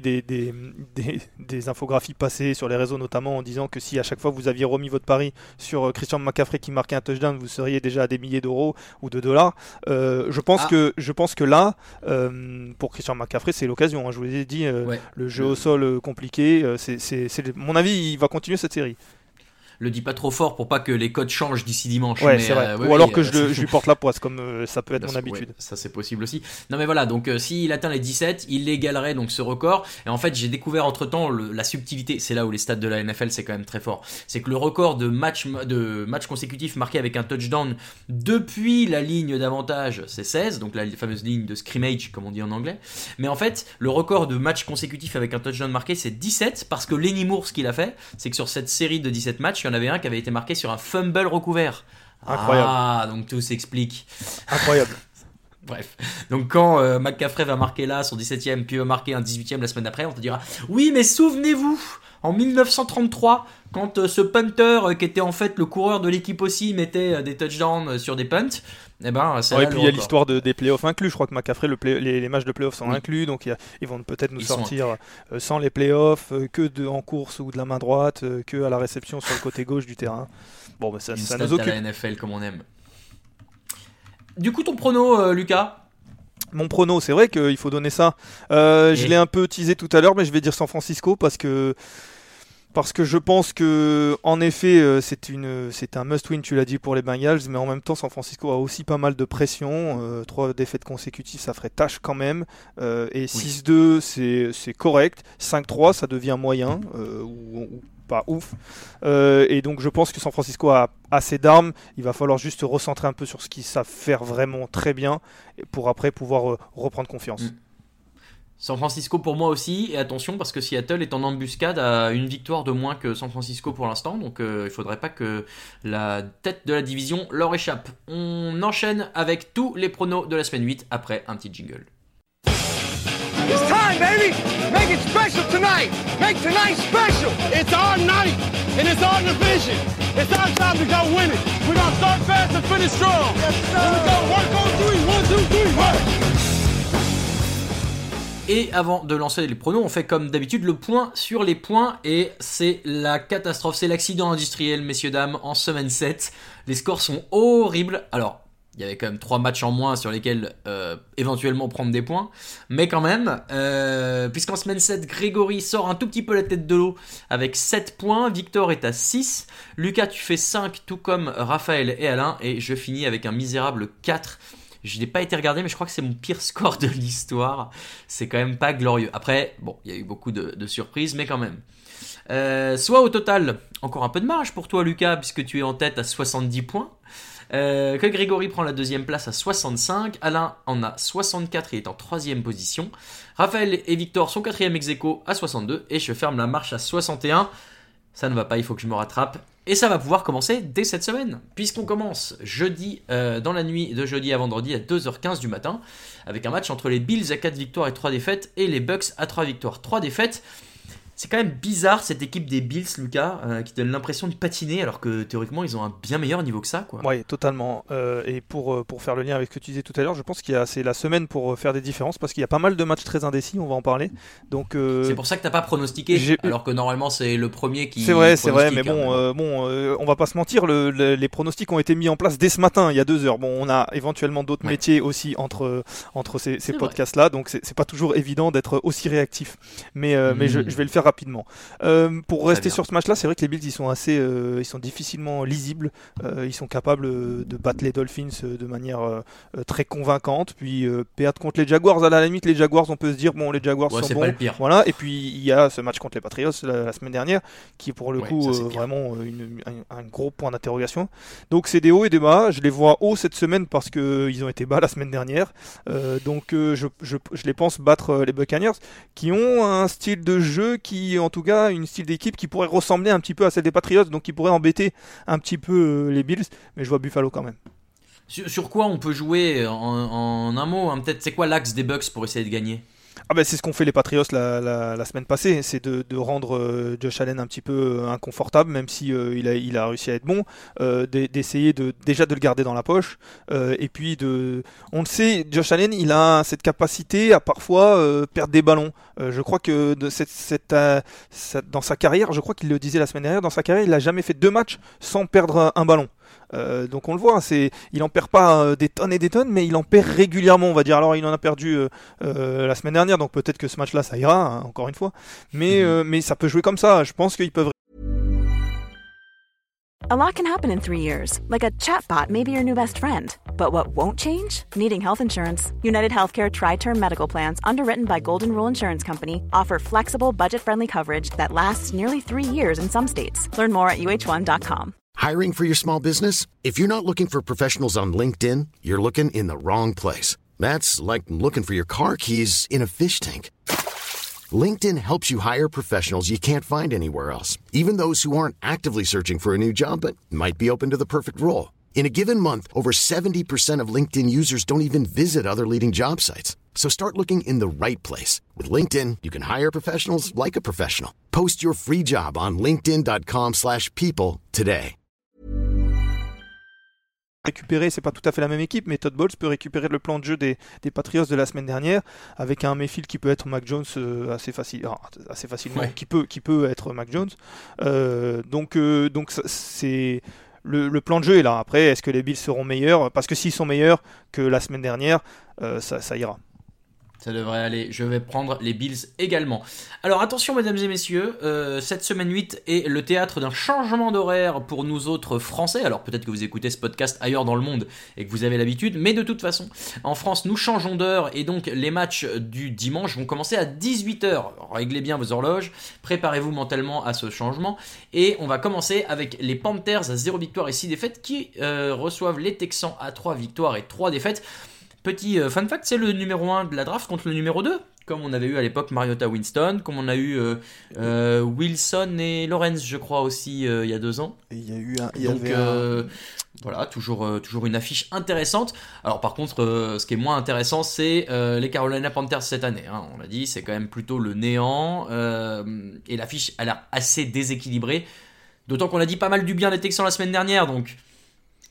des infographies passer sur les réseaux notamment en disant que si à chaque fois vous aviez remis votre pari sur Christian McCaffrey qui marquait un touchdown, vous seriez déjà à des milliers d'euros ou de dollars. Je pense que là, pour Christian McCaffrey, c'est l'occasion. Hein, je vous ai dit, le jeu au sol compliqué, mon avis, il va continuer cette série. Le dis pas trop fort pour pas que les codes changent d'ici dimanche. Ouais, c'est vrai. Ou alors que je lui porte la poisse, comme ça peut être mon habitude. Ouais, ça c'est possible aussi. Non mais voilà, donc s'il atteint les 17, il égalerait donc ce record. Et en fait, j'ai découvert entre-temps la subtilité. C'est là où les stats de la NFL c'est quand même très fort. C'est que le record de matchs consécutifs marqués avec un touchdown depuis la ligne d'avantage, c'est 16, donc la fameuse ligne de scrimmage comme on dit en anglais. Mais en fait, le record de matchs consécutifs avec un touchdown marqué, c'est 17, parce que Lenny Moore, ce qu'il a fait, c'est que sur cette série de 17 matchs, il y en avait un qui avait été marqué sur un fumble recouvert. Incroyable. Ah, donc tout s'explique. Incroyable. Bref, donc quand McCaffrey va marquer là son 17e, puis va marquer un 18e la semaine d'après, on te dira oui, mais souvenez-vous, en 1933, quand ce punter qui était en fait le coureur de l'équipe aussi mettait des touchdowns sur des punts, et puis il y a l'histoire des playoffs inclus. Je crois que McCaffrey, les matchs de playoffs sont inclus, donc ils vont peut-être nous sortir sans les playoffs, que en course ou de la main droite, que à la réception sur le côté gauche du terrain. Bon, ça nous occupe. À la NFL comme on aime. Du coup, ton prono, Lucas ? Mon prono, c'est vrai qu'il faut donner ça. Je l'ai un peu teasé tout à l'heure, mais je vais dire San Francisco parce que je pense que en effet c'est un must-win, tu l'as dit, pour les Bengals, mais en même temps San Francisco a aussi pas mal de pression. 3 défaites consécutives, ça ferait tâche quand même. Et 6-2, c'est correct. 5-3, ça devient moyen ou pas ouf. Et donc je pense que San Francisco a assez d'armes. Il va falloir juste se recentrer un peu sur ce qu'ils savent faire vraiment très bien pour après pouvoir reprendre confiance. San Francisco pour moi aussi, et attention parce que Seattle est en embuscade à une victoire de moins que San Francisco pour l'instant, donc il faudrait pas que la tête de la division leur échappe. On enchaîne avec tous les pronos de la semaine 8 après un petit jingle. It's time, baby! Make it special tonight! Make tonight special! It's our night, and it's our division! It's our time to go win it! We're gonna start fast and finish strong! Yes, sir! Here we go, 1, 2, 3, 1, 2, 3, 1! Et avant de lancer les pronos, on fait comme d'habitude le point sur les points. Et c'est la catastrophe, c'est l'accident industriel, messieurs, dames, en semaine 7. Les scores sont horribles. Alors, il y avait quand même 3 matchs en moins sur lesquels éventuellement prendre des points. Mais quand même, puisqu'en semaine 7, Grégory sort un tout petit peu la tête de l'eau avec 7 points. Victor est à 6. Lucas, tu fais 5, tout comme Raphaël et Alain. Et je finis avec un misérable 4. Je n'ai pas été regardé, mais je crois que c'est mon pire score de l'histoire. C'est quand même pas glorieux. Après, bon, il y a eu beaucoup de surprises, mais quand même. Soit au total, encore un peu de marge pour toi, Lucas, puisque tu es en tête à 70 points. Que Grégory prend la deuxième place à 65. Alain en a 64 et est en troisième position. Raphaël et Victor sont quatrième ex-aequo à 62. Et je ferme la marche à 61. Ça ne va pas, il faut que je me rattrape. Et ça va pouvoir commencer dès cette semaine, puisqu'on commence jeudi, dans la nuit de jeudi à vendredi à 2h15 du matin, avec un match entre les Bills à 4 victoires et 3 défaites et les Bucks à 3 victoires, 3 défaites. C'est quand même bizarre cette équipe des Bills, Lucas, qui donne l'impression de patiner alors que théoriquement ils ont un bien meilleur niveau que ça, quoi. Oui, totalement. Et pour faire le lien avec ce que tu disais tout à l'heure, je pense c'est la semaine pour faire des différences parce qu'il y a pas mal de matchs très indécis, on va en parler. Donc, c'est pour ça que t'as pas pronostiqué, alors que normalement c'est le premier qui. C'est vrai, mais bon, on va pas se mentir, les pronostics ont été mis en place dès ce matin, il y a 2 heures. Bon, on a éventuellement d'autres métiers aussi entre ces podcasts-là, donc c'est pas toujours évident d'être aussi réactif. Mais je vais le faire rapidement. Pour rester sur ce match-là, c'est vrai que les Bills ils sont difficilement lisibles. Ils sont capables de battre les Dolphins de manière très convaincante. Puis perdre contre les Jaguars, à la limite, les Jaguars, on peut se dire bon, les Jaguars sont c'est bons. Pas le pire. Voilà. Et puis il y a ce match contre les Patriots la semaine dernière, qui est pour le coup vraiment un gros point d'interrogation. Donc c'est des hauts et des bas. Je les vois hauts cette semaine parce que ils ont été bas la semaine dernière. Donc je les pense battre les Buccaneers, qui ont un style de jeu qui, en tout cas, une style d'équipe qui pourrait ressembler un petit peu à celle des Patriots, donc qui pourrait embêter un petit peu les Bills, mais je vois Buffalo quand même. Sur quoi on peut jouer en un mot, hein, peut-être, c'est quoi l'axe des Bucks pour essayer de gagner? C'est ce qu'ont fait les Patriots la semaine passée, c'est de rendre Josh Allen un petit peu inconfortable, même si il a réussi à être bon, d'essayer déjà de le garder dans la poche, et puis on le sait, Josh Allen, il a cette capacité à parfois perdre des ballons. Je crois que dans sa carrière, je crois qu'il le disait la semaine dernière, dans sa carrière, il n'a jamais fait 2 matchs sans perdre un ballon. Donc on le voit, il en perd pas des tonnes et des tonnes, mais il en perd régulièrement, on va dire. Alors il en a perdu la semaine dernière, donc peut-être que ce match-là ça ira, hein, encore une fois. Mais ça peut jouer comme ça. Je pense qu'ils peuvent. A lot can happen in 3 years, like a chatbot may be your new best friend. But what won't change? Needing health insurance. United Healthcare Tri-Term Medical Plans, underwritten by Golden Rule Insurance Company, offer flexible, budget-friendly coverage that lasts nearly 3 years in some states. Learn more at uh1.com. Hiring for your small business? If you're not looking for professionals on LinkedIn, you're looking in the wrong place. That's like looking for your car keys in a fish tank. LinkedIn helps you hire professionals you can't find anywhere else, even those who aren't actively searching for a new job but might be open to the perfect role. In a given month, over 70% of LinkedIn users don't even visit other leading job sites. So start looking in the right place. With LinkedIn, you can hire professionals like a professional. Post your free job on linkedin.com/people today. Récupérer, c'est pas tout à fait la même équipe, mais Todd Bowles peut récupérer le plan de jeu des Patriots de la semaine dernière avec un Mayfield qui peut être Mac Jones assez facilement, qui peut être Mac Jones. Donc c'est le plan de jeu est là. Après, est-ce que les Bills seront meilleurs? Parce que s'ils sont meilleurs que la semaine dernière, ça ira. Ça devrait aller, je vais prendre les Bills également. Alors attention mesdames et messieurs, cette semaine 8 est le théâtre d'un changement d'horaire pour nous autres Français. Alors peut-être que vous écoutez ce podcast ailleurs dans le monde et que vous avez l'habitude, mais de toute façon, en France nous changeons d'heure et donc les matchs du dimanche vont commencer à 18h. Réglez bien vos horloges, préparez-vous mentalement à ce changement et on va commencer avec les Panthers à 0 victoire et 6 défaites qui reçoivent les Texans à 3 victoires et 3 défaites. Petit fun fact, c'est le numéro 1 de la draft contre le numéro 2, comme on avait eu à l'époque Mariota Winston, comme on a eu Wilson et Lawrence, je crois aussi, il y a 2 ans. Et il y a eu voilà, toujours une affiche intéressante. Alors par contre, ce qui est moins intéressant, c'est les Carolina Panthers cette année. Hein. On l'a dit, c'est quand même plutôt le néant, et l'affiche a l'air assez déséquilibrée. D'autant qu'on a dit pas mal du bien des Texans la semaine dernière, donc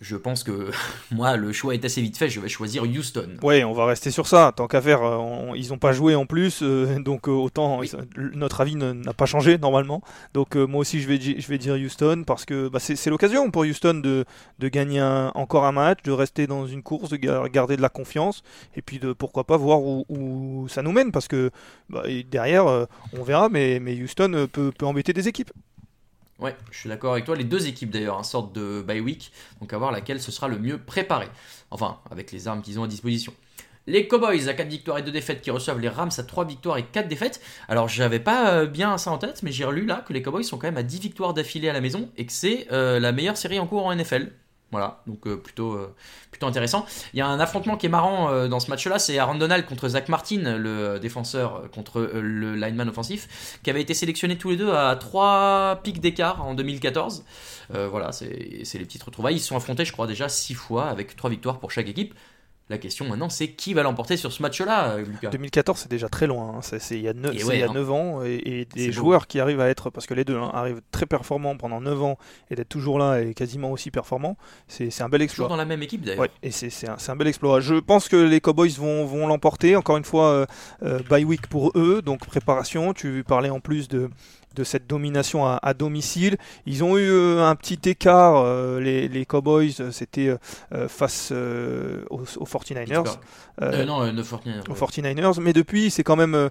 je pense que moi, le choix est assez vite fait. Je vais choisir Houston. Ouais, on va rester sur ça. Tant qu'à faire, ils n'ont pas joué en plus, donc autant Oui. notre avis n'a pas changé normalement. Donc moi aussi, je vais dire Houston parce que c'est l'occasion pour Houston de gagner encore un match, de rester dans une course, de garder de la confiance et puis de pourquoi pas voir où ça nous mène parce que et derrière, on verra, mais Houston peut embêter des équipes. Ouais, je suis d'accord avec toi. Les deux équipes d'ailleurs, sortent de bye week, donc à voir laquelle ce sera le mieux préparé. Enfin, avec les armes qu'ils ont à disposition. Les Cowboys à 4 victoires et 2 défaites qui reçoivent les Rams à 3 victoires et 4 défaites. Alors j'avais pas bien ça en tête, mais j'ai relu là que les Cowboys sont quand même à 10 victoires d'affilée à la maison et que c'est la meilleure série en cours en NFL. Voilà, donc plutôt intéressant. Il y a un affrontement qui est marrant dans ce match-là, c'est Aaron Donald contre Zach Martin, le défenseur contre le lineman offensif, qui avait été sélectionnés tous les deux à 3 pics d'écart en 2014. Voilà, c'est les petites retrouvailles. Ils se sont affrontés, je crois, déjà 6 fois avec 3 victoires pour chaque équipe. La question maintenant, c'est qui va l'emporter sur ce match-là, Lucas ? 2014, c'est déjà très loin. Hein. C'est il y a 9 ans. Et des C'est joueurs qui arrivent à être, parce que les deux arrivent très performants pendant 9 ans et d'être toujours là et quasiment aussi performants, c'est un bel exploit. Toujours dans la même équipe d'ailleurs. Ouais, et c'est un bel exploit. Je pense que les Cowboys vont l'emporter. Encore une fois, bye week pour eux, donc préparation. Tu parlais en plus de cette domination à domicile. Ils ont eu un petit écart, les Cowboys, c'était face aux 49ers. Non, aux 49ers. Aux 49ers, mais depuis, c'est quand même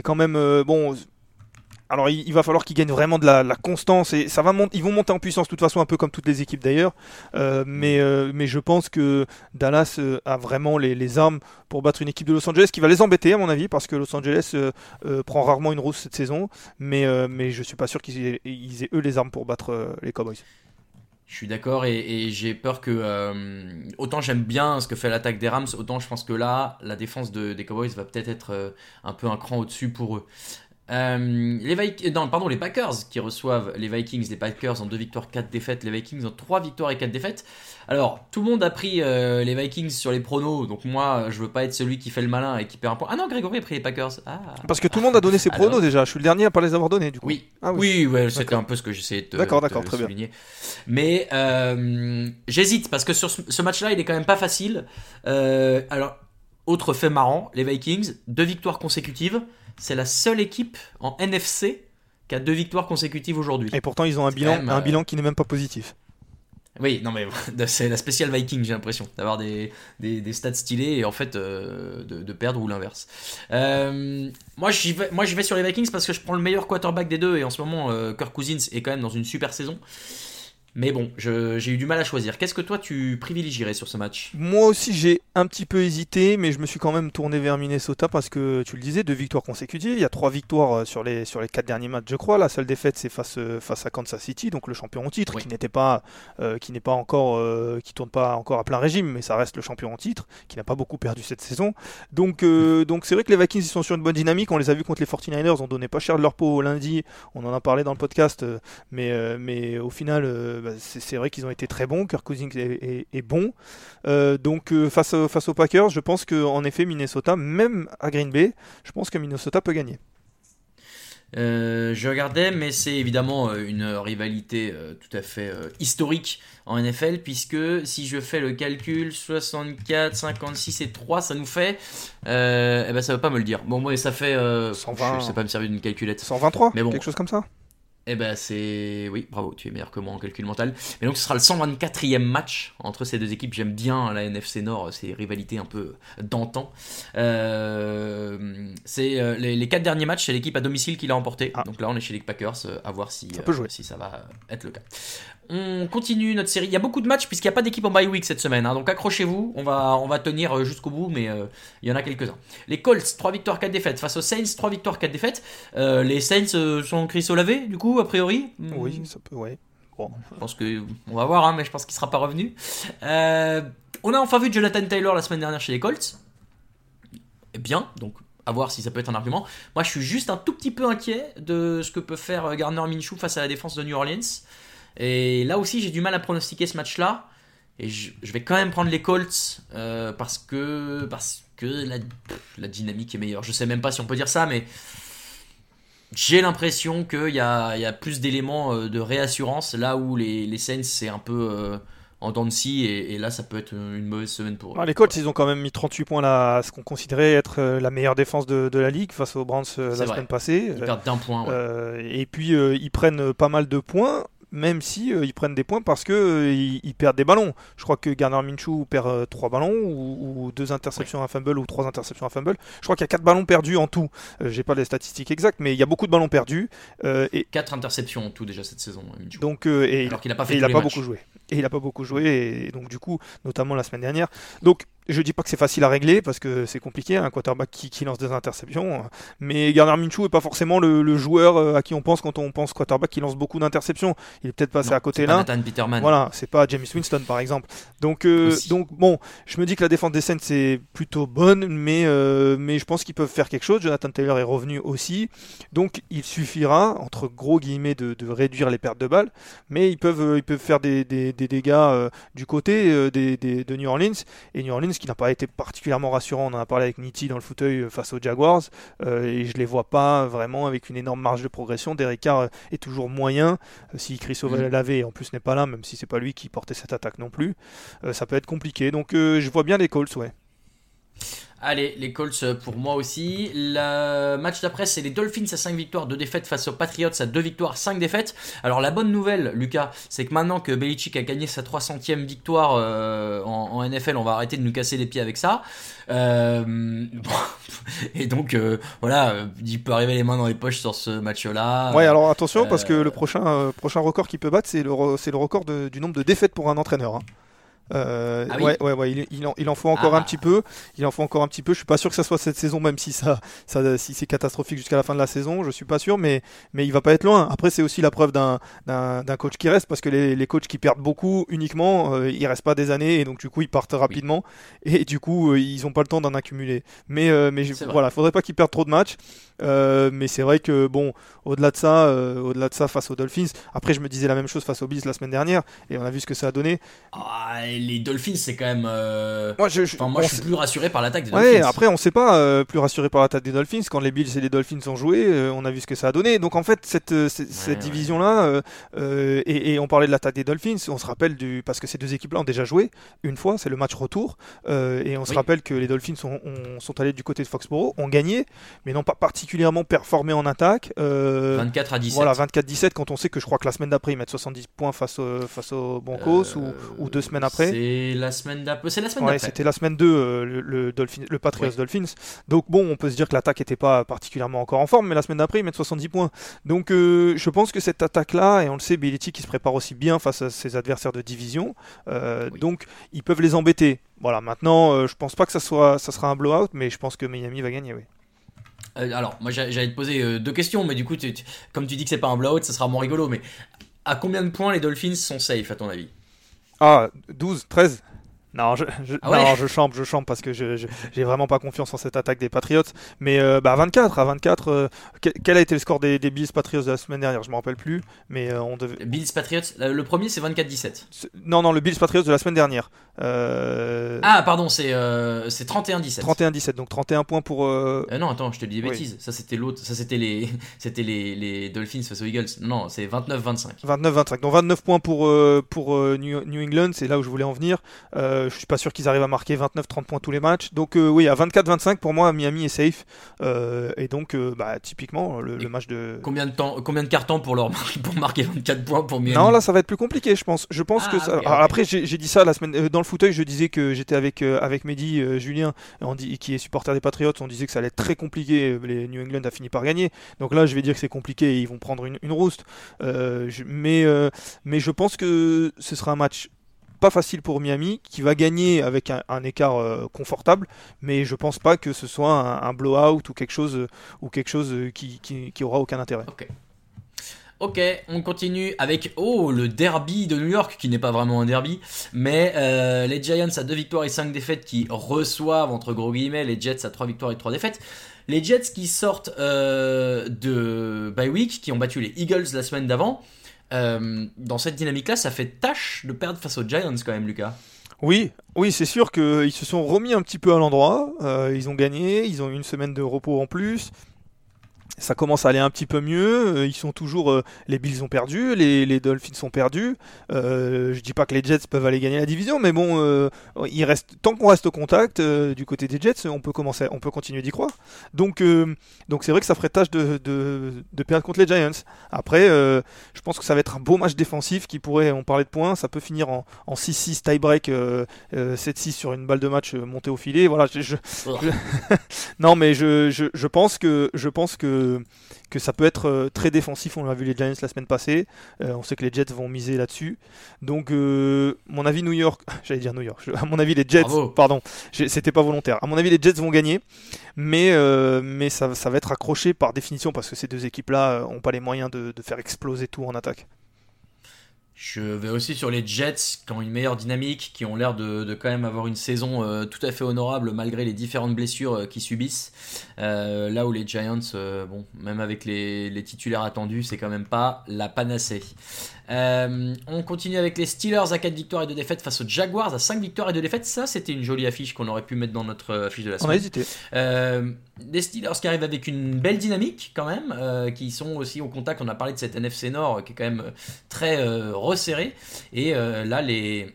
bon. Alors il va falloir qu'ils gagnent vraiment de la constance et ils vont monter en puissance de toute façon un peu comme toutes les équipes d'ailleurs, mais je pense que Dallas a vraiment les armes pour battre une équipe de Los Angeles qui va les embêter à mon avis parce que Los Angeles prend rarement une rose cette saison, mais je suis pas sûr qu'ils aient eux les armes pour battre les Cowboys. Je suis d'accord et j'ai peur que autant j'aime bien ce que fait l'attaque des Rams, autant je pense que là la défense des Cowboys va peut-être être un peu un cran au-dessus pour eux. Les Packers qui reçoivent les Vikings, les Packers en 2 victoires 4 défaites, les Vikings en 3 victoires et 4 défaites. Alors tout le monde a pris les Vikings sur les pronos, donc moi je veux pas être celui qui fait le malin et qui perd un point. Ah non, Grégory a pris les Packers. Parce que tout le monde a donné ses pronos déjà, je suis le dernier à pas les avoir donnés du coup. Oui, oui, ouais, c'était un peu ce que j'essayais de très souligner. Mais j'hésite parce que sur ce match-là il est quand même pas facile. Alors autre fait marrant, les Vikings, 2 victoires consécutives. C'est la seule équipe en NFC qui a 2 victoires consécutives aujourd'hui. Et pourtant, ils ont un bilan qui n'est même pas positif. Oui, non mais c'est la spéciale Viking, j'ai l'impression, d'avoir des stats stylés et en fait de perdre ou l'inverse. Moi, j'y vais sur les Vikings parce que je prends le meilleur quarterback des deux et en ce moment, Kirk Cousins est quand même dans une super saison. Mais bon, j'ai eu du mal à choisir. Qu'est-ce que toi tu privilégierais sur ce match ? Moi aussi j'ai un petit peu hésité, mais je me suis quand même tourné vers Minnesota parce que tu le disais, 2 victoires consécutives. Il y a 3 victoires sur les 4 derniers matchs, je crois. La seule défaite c'est face à Kansas City, donc le champion en titre, oui. qui tourne pas encore à plein régime, mais ça reste le champion en titre, qui n'a pas beaucoup perdu cette saison. Donc c'est vrai que les Vikings ils sont sur une bonne dynamique. On les a vus contre les 49ers, on donnait pas cher de leur peau lundi. On en a parlé dans le podcast, mais au final. C'est vrai qu'ils ont été très bons, Kirk Cousins est bon. Donc face aux Packers, je pense qu'en effet Minnesota, même à Green Bay, je pense que Minnesota peut gagner. Je regardais, mais c'est évidemment une rivalité tout à fait historique en NFL, puisque si je fais le calcul, 64, 56 et 3, ça nous fait... ça va pas me le dire. Bon, moi, ça fait... 120, je sais pas me servir d'une calculette. 123, mais bon, quelque chose comme ça. C'est... Oui, bravo, tu es meilleur que moi en calcul mental. Mais donc ce sera le 124e match entre ces deux équipes. J'aime bien la NFC Nord, ces rivalités un peu d'antan. C'est les 4 derniers matchs, c'est l'équipe à domicile qui l'a emporté. Donc là on est chez les Packers, à voir si ça va être le cas. On continue notre série. Il y a beaucoup de matchs puisqu'il n'y a pas d'équipe en bye week cette semaine. Donc accrochez-vous, on va tenir jusqu'au bout, mais il y en a quelques-uns. Les Colts, 3 victoires, 4 défaites. Face aux Saints, 3 victoires, 4 défaites. Les Saints sont Chris Olave, du coup, a priori. Oui, ça peut, ouais. Bon. Je pense on va voir, mais je pense qu'il ne sera pas revenu. On a enfin vu Jonathan Taylor la semaine dernière chez les Colts. Bien, donc à voir si ça peut être un argument. Moi, je suis juste un tout petit peu inquiet de ce que peut faire Gardner Minshew face à la défense de New Orleans. Et là aussi, j'ai du mal à pronostiquer ce match-là. Et je vais quand même prendre les Colts parce que la dynamique est meilleure. Je sais même pas si on peut dire ça, mais j'ai l'impression qu'il y a plus d'éléments de réassurance là où les Saints c'est un peu en dents de scie et là ça peut être une mauvaise semaine pour eux. Les Colts, ils ont quand même mis 38 points là, à ce qu'on considérait être la meilleure défense de la ligue face aux Browns semaine passée. Ils perdent d'un point. Et puis ils prennent pas mal de points. Même si ils prennent des points parce que ils perdent des ballons. Je crois que Gardner Minshew perd 3 ballons ou 2 interceptions, un fumble ou 3 interceptions, un fumble. Je crois qu'il y a 4 ballons perdus en tout. J'ai pas les statistiques exactes, mais il y a beaucoup de ballons perdus. Et 4 interceptions en tout déjà cette saison. Minshew. Donc, alors qu'il n'a pas fait tous les matchs. Il n'a pas beaucoup joué, et donc du coup, notamment la semaine dernière. Donc, je dis pas que c'est facile à régler parce que c'est compliqué, un quarterback qui lance des interceptions. Mais Gardner Minshew n'est pas forcément le joueur à qui on pense quand on pense quarterback qui lance beaucoup d'interceptions. Il est peut-être passé à côté là. Nathan Peterman. Voilà, c'est pas Jameis Winston par exemple. Donc bon, je me dis que la défense des Saints c'est plutôt bonne, mais je pense qu'ils peuvent faire quelque chose. Jonathan Taylor est revenu aussi, donc il suffira entre gros guillemets de réduire les pertes de balles, mais ils peuvent faire des dégâts du côté de New Orleans, et New Orleans qui n'a pas été particulièrement rassurant. On en a parlé avec Nitti dans le fauteuil face aux Jaguars, et je les vois pas vraiment avec une énorme marge de progression. Derek Carr est toujours moyen. Si Chris Olave en plus n'est pas là, même si c'est pas lui qui portait cette attaque non plus, ça peut être compliqué. Donc je vois bien les Colts, ouais. Allez, les Colts pour moi aussi. Le match d'après, c'est les Dolphins à 5 victoires, 2 défaites face aux Patriots à 2 victoires, 5 défaites. Alors la bonne nouvelle, Lucas, c'est que maintenant que Belichick a gagné sa 300e victoire en NFL, on va arrêter de nous casser les pieds avec ça. Et donc voilà, il peut arriver les mains dans les poches sur ce match-là. Ouais, alors attention parce que le prochain record qu'il peut battre, c'est le record du nombre de défaites pour un entraîneur. Oui. Ouais, il en faut encore un petit peu. Il en faut encore un petit peu. Je suis pas sûr que ça soit cette saison, même si si c'est catastrophique jusqu'à la fin de la saison. Je suis pas sûr, mais il va pas être loin. Après, c'est aussi la preuve d'un coach qui reste, parce que les coachs qui perdent beaucoup uniquement, ils restent pas des années, et donc du coup ils partent rapidement, et du coup ils ont pas le temps d'en accumuler. Mais voilà, faudrait pas qu'ils perdent trop de matchs. Mais c'est vrai que bon, au-delà de ça, face aux Dolphins. Après, je me disais la même chose face aux Bills la semaine dernière, et on a vu ce que ça a donné. Les Dolphins, c'est quand même. Moi, je suis plus rassuré par l'attaque des Dolphins. Ouais, après, on sait pas plus rassuré par l'attaque des Dolphins. Quand les Bills et les Dolphins ont joué, on a vu ce que ça a donné. Donc en fait, cette division-là, et on parlait de l'attaque des Dolphins, on se rappelle parce que ces deux équipes-là ont déjà joué une fois, c'est le match retour, et on se rappelle que les Dolphins sont allés du côté de Foxborough, ont gagné, mais n'ont pas particulièrement performé en attaque. 24-17. Voilà, 24-17, quand on sait que je crois que la semaine d'après, ils mettent 70 points face aux Broncos, ou 2 semaines après. C'est la semaine d'après. Ouais, c'était la semaine 2, le Patriots Dolphins. Donc bon, on peut se dire que l'attaque n'était pas particulièrement encore en forme, mais la semaine d'après, ils mettent 70 points. Donc je pense que cette attaque-là, et on le sait, Belichick qui se prépare aussi bien face à ses adversaires de division, donc ils peuvent les embêter. Voilà, maintenant, je pense pas que ça sera un blowout, mais je pense que Miami va gagner, oui. Alors, moi j'allais te poser 2 questions, mais du coup, comme tu dis que c'est pas un blowout, ça sera moins rigolo. Mais à combien de points les Dolphins sont safe à ton avis ? 12, 13. Non, je chambre parce que j'ai vraiment pas confiance en cette attaque des Patriots. Mais à 24, quel a été le score des Bills Patriots de la semaine dernière ? Je me rappelle plus, mais on devait. Bills Patriots, le premier c'est 24-17. Non, le Bills Patriots de la semaine dernière. Ah pardon, c'est 31-17. 31-17, donc 31 points pour. Non, attends, je te dis des bêtises. Ça c'était l'autre, ça c'était les Dolphins face aux Eagles. Non, c'est 29-25. 29-25, donc 29 points pour New England, c'est là où je voulais en venir. Je suis pas sûr qu'ils arrivent à marquer 29-30 points tous les matchs. Donc oui, à 24-25 pour moi, Miami est safe. Et donc typiquement le match de. Combien de cartons pour marquer 24 points pour Miami ? Non, là ça va être plus compliqué, je pense. Que ça. Okay. Après j'ai dit ça la semaine dans le fauteuil, je disais que j'étais avec Mehdi, Julien, qui est supporter des Patriots. On disait que ça allait être très compliqué. Les New England a fini par gagner. Donc là je vais dire que c'est compliqué et ils vont prendre une rouste. Mais je pense que ce sera un match pas facile pour Miami, qui va gagner avec un écart confortable, mais je pense pas que ce soit un blowout ou quelque chose qui aura aucun intérêt. Ok, on continue avec le derby de New York, qui n'est pas vraiment un derby, mais les Giants à 2 victoires et 5 défaites qui reçoivent, entre gros guillemets, les Jets à 3 victoires et 3 défaites. Les Jets qui sortent de bye week, qui ont battu les Eagles la semaine d'avant. Dans cette dynamique-là, ça fait tâche de perdre face aux Giants quand même, Lucas. Oui, c'est sûr qu'ils se sont remis un petit peu à l'endroit. Ils ont gagné, ils ont eu une semaine de repos en plus. Ça commence à aller un petit peu mieux. Ils sont toujours. Les Bills ont perdu, les Dolphins sont perdus. Je dis pas que les Jets peuvent aller gagner la division, mais bon, tant qu'on reste au contact du côté des Jets, on peut continuer d'y croire. Donc c'est vrai que ça ferait tâche de perdre contre les Giants. Après, je pense que ça va être un beau match défensif qui pourrait, on parlait de points, ça peut finir en 6-6 tie-break, 7-6 sur une balle de match montée au filet. Voilà. Non, mais je pense que ça peut être très défensif. On a vu les Giants la semaine passée. On sait que les Jets vont miser là-dessus. Donc, mon avis, New York. J'allais dire New York. À mon avis, les Jets. Bravo. Pardon, c'était pas volontaire. À mon avis, les Jets vont gagner. Mais ça va être accroché par définition parce que ces deux équipes-là n'ont pas les moyens de faire exploser tout en attaque. Je vais aussi sur les Jets qui ont une meilleure dynamique, qui ont l'air de quand même avoir une saison tout à fait honorable malgré les différentes blessures qu'ils subissent. Là où les Giants, même avec les titulaires attendus, c'est quand même pas la panacée. On continue avec les Steelers à 4 victoires et 2 défaites face aux Jaguars à 5 victoires et 2 défaites. Ça, c'était une jolie affiche qu'on aurait pu mettre dans notre affiche de la semaine. On a hésité. Des Steelers qui arrivent avec une belle dynamique quand même, qui sont aussi au contact. On a parlé de cette NFC Nord qui est quand même très resserrée. Et là, les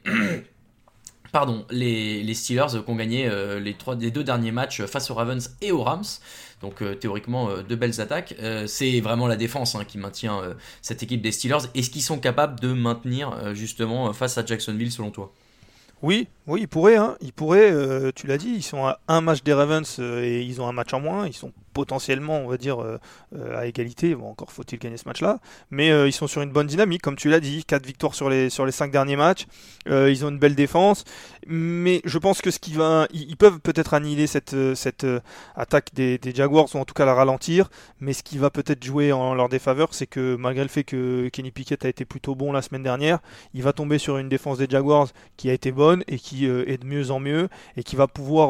Steelers qui ont gagné les 2 derniers matchs face aux Ravens et aux Rams. Donc théoriquement 2 belles attaques. C'est vraiment la défense qui maintient cette équipe des Steelers. Est-ce qu'ils sont capables de maintenir justement face à Jacksonville selon toi ? Oui, ils pourraient. Ils pourraient, tu l'as dit, ils sont à un match des Ravens et ils ont un match en moins. Ils sont potentiellement, on va dire, à égalité. Bon, encore faut-il gagner ce match-là. Mais ils sont sur une bonne dynamique, comme tu l'as dit. 4 victoires sur les 5 derniers matchs. Ils ont une belle défense. Mais je pense que ils peuvent peut-être annihiler cette attaque des Jaguars, ou en tout cas la ralentir. Mais ce qui va peut-être jouer en leur défaveur, c'est que malgré le fait que Kenny Pickett a été plutôt bon la semaine dernière, il va tomber sur une défense des Jaguars qui a été bonne et qui est de mieux en mieux et qui va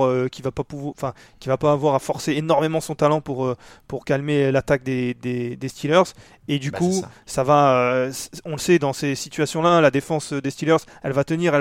pas avoir à forcer énormément son talent pour calmer l'attaque des Steelers. Et du coup, ça va. On le sait, dans ces situations-là, la défense des Steelers, elle va tenir.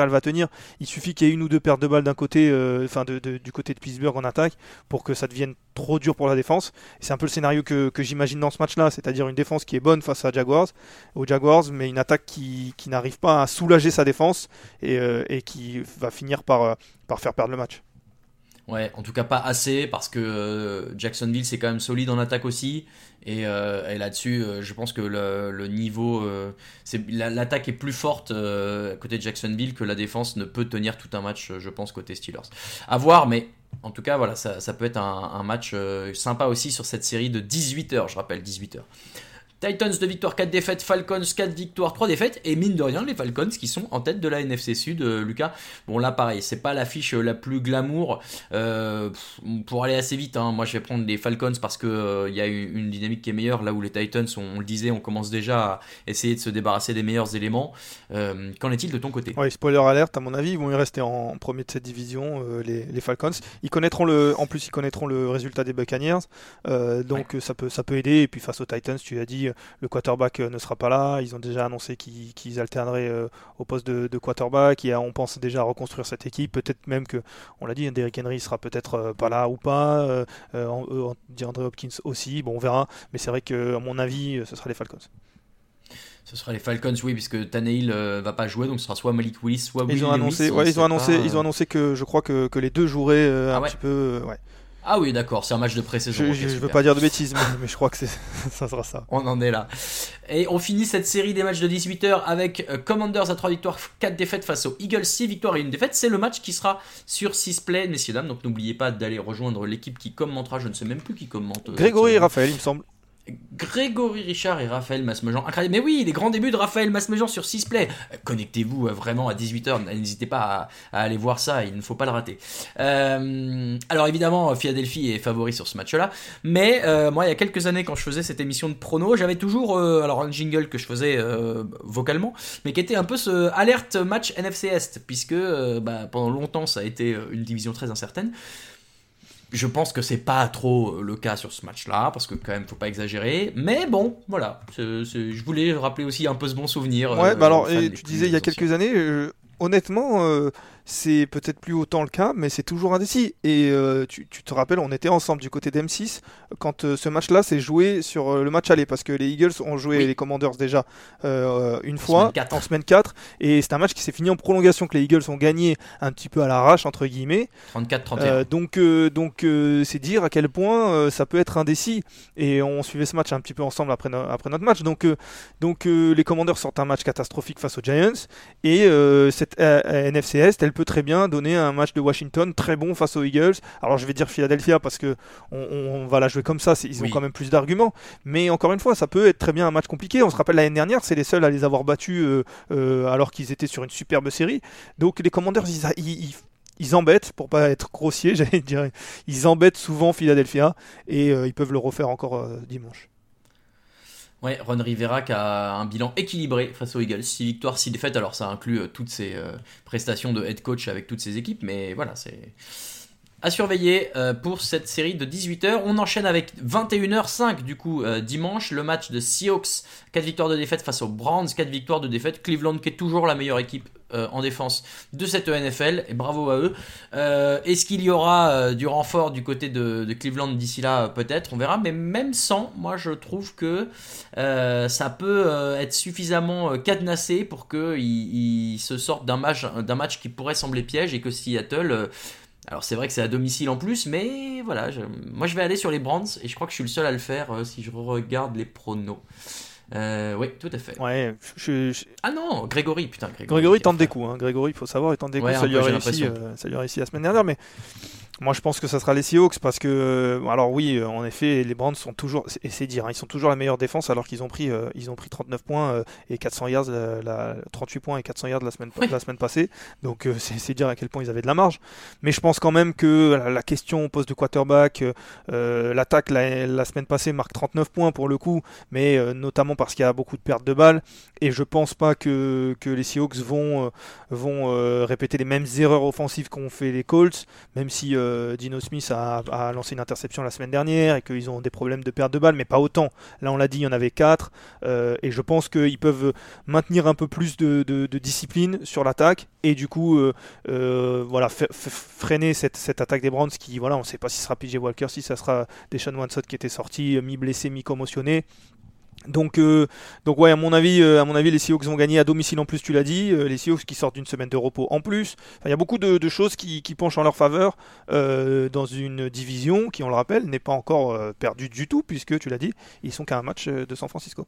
Il suffit qu'il y ait une ou deux pertes de balles d'un côté, du côté de Pittsburgh en attaque, pour que ça devienne trop dur pour la défense. Et c'est un peu le scénario que j'imagine dans ce match-là, c'est-à-dire une défense qui est bonne face aux Jaguars, mais une attaque qui n'arrive pas à soulager sa défense et qui va finir par faire perdre le match. Ouais, en tout cas pas assez parce que Jacksonville c'est quand même solide en attaque aussi et là-dessus je pense que le niveau l'attaque est plus forte côté de Jacksonville que la défense ne peut tenir tout un match je pense côté Steelers. À voir, mais en tout cas voilà, ça peut être un match sympa aussi sur cette série de 18h, je rappelle 18h. Titans 2 victoires, 4 défaites, Falcons 4 victoires, 3 défaites, et mine de rien, les Falcons qui sont en tête de la NFC Sud, Lucas. Bon là pareil, c'est pas l'affiche la plus glamour, pour aller assez vite, moi je vais prendre les Falcons parce que y a une dynamique qui est meilleure, là où les Titans, on le disait, on commence déjà à essayer de se débarrasser des meilleurs éléments. Qu'en est-il de ton côté ? Ouais, spoiler alerte, à mon avis, ils vont y rester en premier de cette division, les Falcons. Ils connaîtront le résultat des Buccaneers, donc ouais. ça peut aider, et puis face aux Titans, tu l'as dit, le quarterback ne sera pas là. Ils ont déjà annoncé qu'ils alterneraient au poste de quarterback. On pense déjà à reconstruire cette équipe. Peut-être même que, on l'a dit, Derrick Henry sera peut-être pas là ou pas. DeAndre Hopkins aussi. Bon, on verra. Mais c'est vrai qu'à mon avis, ce sera les Falcons. Ce sera les Falcons, oui, puisque Tannehill va pas jouer, donc ce sera soit Malik Willis, soit Will Lewis. Ils ont annoncé que je crois que les deux joueraient petit peu. Ouais. Ah oui, d'accord, c'est un match de pré-saison. Je veux pas dire de bêtises, mais je crois que ça sera ça. On en est là. Et on finit cette série des matchs de 18h avec Commanders à 3 victoires, 4 défaites face aux Eagles, 6 victoires et 1 défaite. C'est le match qui sera sur 6play, messieurs dames. Donc n'oubliez pas d'aller rejoindre l'équipe qui commentera. Je ne sais même plus qui commente. Grégory et Raphaël, il me semble. Grégory Richard et Raphaël Masmejean. Mais oui, les grands débuts de Raphaël Masmejean sur 6play. Connectez-vous vraiment à 18h. N'hésitez pas à aller voir ça, il ne faut pas le rater. Alors évidemment, Philadelphie est favori sur ce match-là. Mais moi, il y a quelques années, quand je faisais cette émission de prono, j'avais toujours un jingle que je faisais vocalement, mais qui était un peu ce alerte match NFC Est, puisque pendant longtemps, ça a été une division très incertaine. Je pense que c'est pas trop le cas sur ce match-là, parce que quand même, faut pas exagérer. Mais bon, voilà. Je voulais rappeler aussi un peu ce bon souvenir. Ouais, alors tu disais il y a quelques années, honnêtement, c'est peut-être plus autant le cas, mais c'est toujours indécis. Et tu te rappelles, on était ensemble du côté d'M6 quand ce match-là s'est joué sur le match aller, parce que les Eagles ont joué les Commanders déjà une fois, en semaine 4, et c'est un match qui s'est fini en prolongation, que les Eagles ont gagné un petit peu à l'arrache, entre guillemets. 34-31. Donc c'est dire à quel point ça peut être indécis. Et on suivait ce match un petit peu ensemble après notre match. Donc les Commanders sortent un match catastrophique face aux Giants, et cette NFC Est, elle peut très bien donner un match de Washington très bon face aux Eagles. Alors je vais dire Philadelphia parce que on va la jouer comme ça, ils ont quand même plus d'arguments, mais encore une fois ça peut être très bien un match compliqué. On se rappelle l'année dernière, c'est les seuls à les avoir battus alors qu'ils étaient sur une superbe série. Donc les Commanders ils embêtent, pour pas être grossier, j'allais dire, ils embêtent souvent Philadelphia, et ils peuvent le refaire encore dimanche. Ouais, Ron Rivera qui a un bilan équilibré face aux Eagles, 6 victoires, 6 défaites. Alors ça inclut toutes ses prestations de head coach avec toutes ses équipes, mais voilà, c'est à surveiller pour cette série de 18h. On enchaîne avec 21h05 du coup dimanche, le match de Seahawks, 4 victoires de défaite face aux Browns, 4 victoires de défaite. Cleveland qui est toujours la meilleure équipe en défense de cette NFL, et bravo à eux. Est-ce qu'il y aura du renfort du côté de Cleveland d'ici là? Peut-être, on verra, mais même sans, moi je trouve que ça peut être suffisamment cadenassé pour qu'ils se sortent d'un match qui pourrait sembler piège, et que Seattle... alors c'est vrai que c'est à domicile en plus, mais voilà, moi je vais aller sur les Browns, et je crois que je suis le seul à le faire si je regarde les pronos. Oui, tout à fait. Ouais, Ah non, Grégory tente des coups. Hein. Grégory, il faut savoir, il tente des coups. Ça lui a réussi la semaine dernière, mais moi je pense que ça sera les Seahawks, parce que, alors oui, en effet, les Browns sont toujours, et c'est dire, ils sont toujours la meilleure défense, alors qu'ils ont pris 39 points et 400 yards, 38 points et 400 yards la semaine passée. Donc c'est dire à quel point ils avaient de la marge. Mais je pense quand même que la question au poste de quarterback, l'attaque la semaine passée marque 39 points pour le coup, mais notamment parce qu'il y a beaucoup de pertes de balles, et je pense pas que les Seahawks vont répéter les mêmes erreurs offensives qu'ont fait les Colts, même si Dino Smith a lancé une interception la semaine dernière et qu'ils ont des problèmes de perte de balles, mais pas autant. Là on l'a dit, il y en avait 4, et je pense qu'ils peuvent maintenir un peu plus de discipline sur l'attaque, et du coup voilà, freiner cette attaque des Browns qui, voilà, on ne sait pas si ce sera PJ Walker, si ça sera Deshaun Watson qui était sorti mi-blessé, mi-commotionné. Donc ouais, à mon avis les Seahawks vont gagner à domicile en plus, tu l'as dit, les Seahawks qui sortent d'une semaine de repos en plus. Enfin, il y a beaucoup de choses qui penchent en leur faveur dans une division qui, on le rappelle, n'est pas encore perdue du tout, puisque tu l'as dit, ils sont qu'à un match de San Francisco.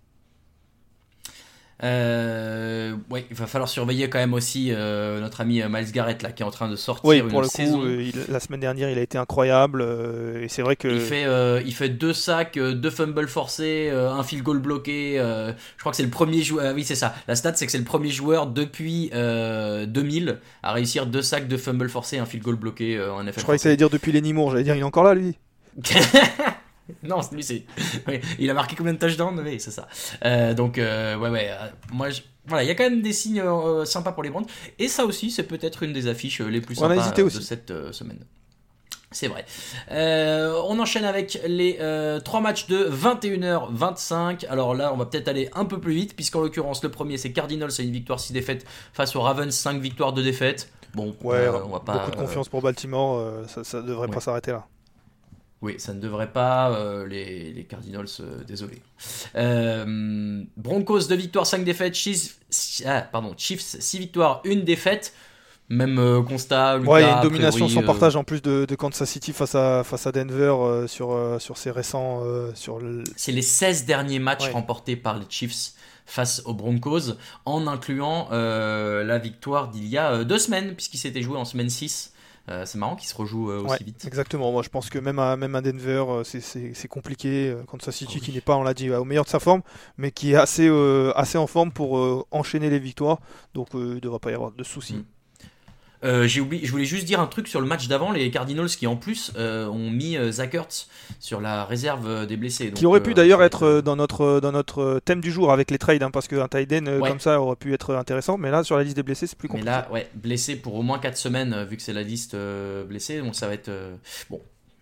Ouais, il va falloir surveiller quand même aussi notre ami Myles Garrett là, qui est en train de sortir pour une le saison. Coup, la semaine dernière il a été incroyable, et c'est vrai que il fait 2 sacs, 2 fumbles forcés, un field goal bloqué. Je crois que c'est le premier joueur. Oui, c'est ça. La stat, c'est que c'est le premier joueur depuis 2000 à réussir 2 sacs, 2 fumbles forcés, un field goal bloqué en NFL. Je croyais que ça allait dire depuis Lenny Moore. J'allais dire, il est encore là lui. Non, lui c'est. Oui, il a marqué combien de touchdowns? Oui, c'est ça. Donc, moi, voilà, il y a quand même des signes sympas pour les Browns. Et ça aussi, c'est peut-être une des affiches les plus sympas de cette semaine. C'est vrai. On enchaîne avec les 3 matchs de 21h25. Alors là, on va peut-être aller un peu plus vite, puisqu'en l'occurrence, le premier, c'est Cardinals, c'est une victoire 6 défaites face aux Ravens, 5 victoires 2 défaites. Bon, on va pas. Beaucoup de confiance pour Baltimore, ça devrait pas s'arrêter là. Oui, ça ne devrait pas, les Cardinals, désolé. Broncos 2 victoires, 5 défaites, Chiefs 6 victoires, 1 défaite. Même constat. Lucas, il y a une domination sans partage en plus de Kansas City face à Denver sur ses récents. C'est les 16 derniers matchs remportés par les Chiefs face aux Broncos, en incluant la victoire d'il y a 2 semaines, puisqu'il s'était joué en semaine 6. C'est marrant qu'il se rejoue aussi vite. Exactement, moi je pense que même à Denver c'est compliqué. Kansas City qui n'est pas, on l'a dit, au meilleur de sa forme, mais qui est assez en forme pour enchaîner les victoires, donc il ne devrait pas y avoir de soucis. Je voulais juste dire un truc sur le match d'avant, les Cardinals qui en plus ont mis Zach Ertz sur la réserve des blessés. Donc, qui aurait pu d'ailleurs être dans notre thème du jour avec les trades, parce qu'un tight end comme ça aurait pu être intéressant, mais là sur la liste des blessés c'est plus compliqué. Mais là, blessé pour au moins 4 semaines vu que c'est la liste blessée, donc ça va être bon.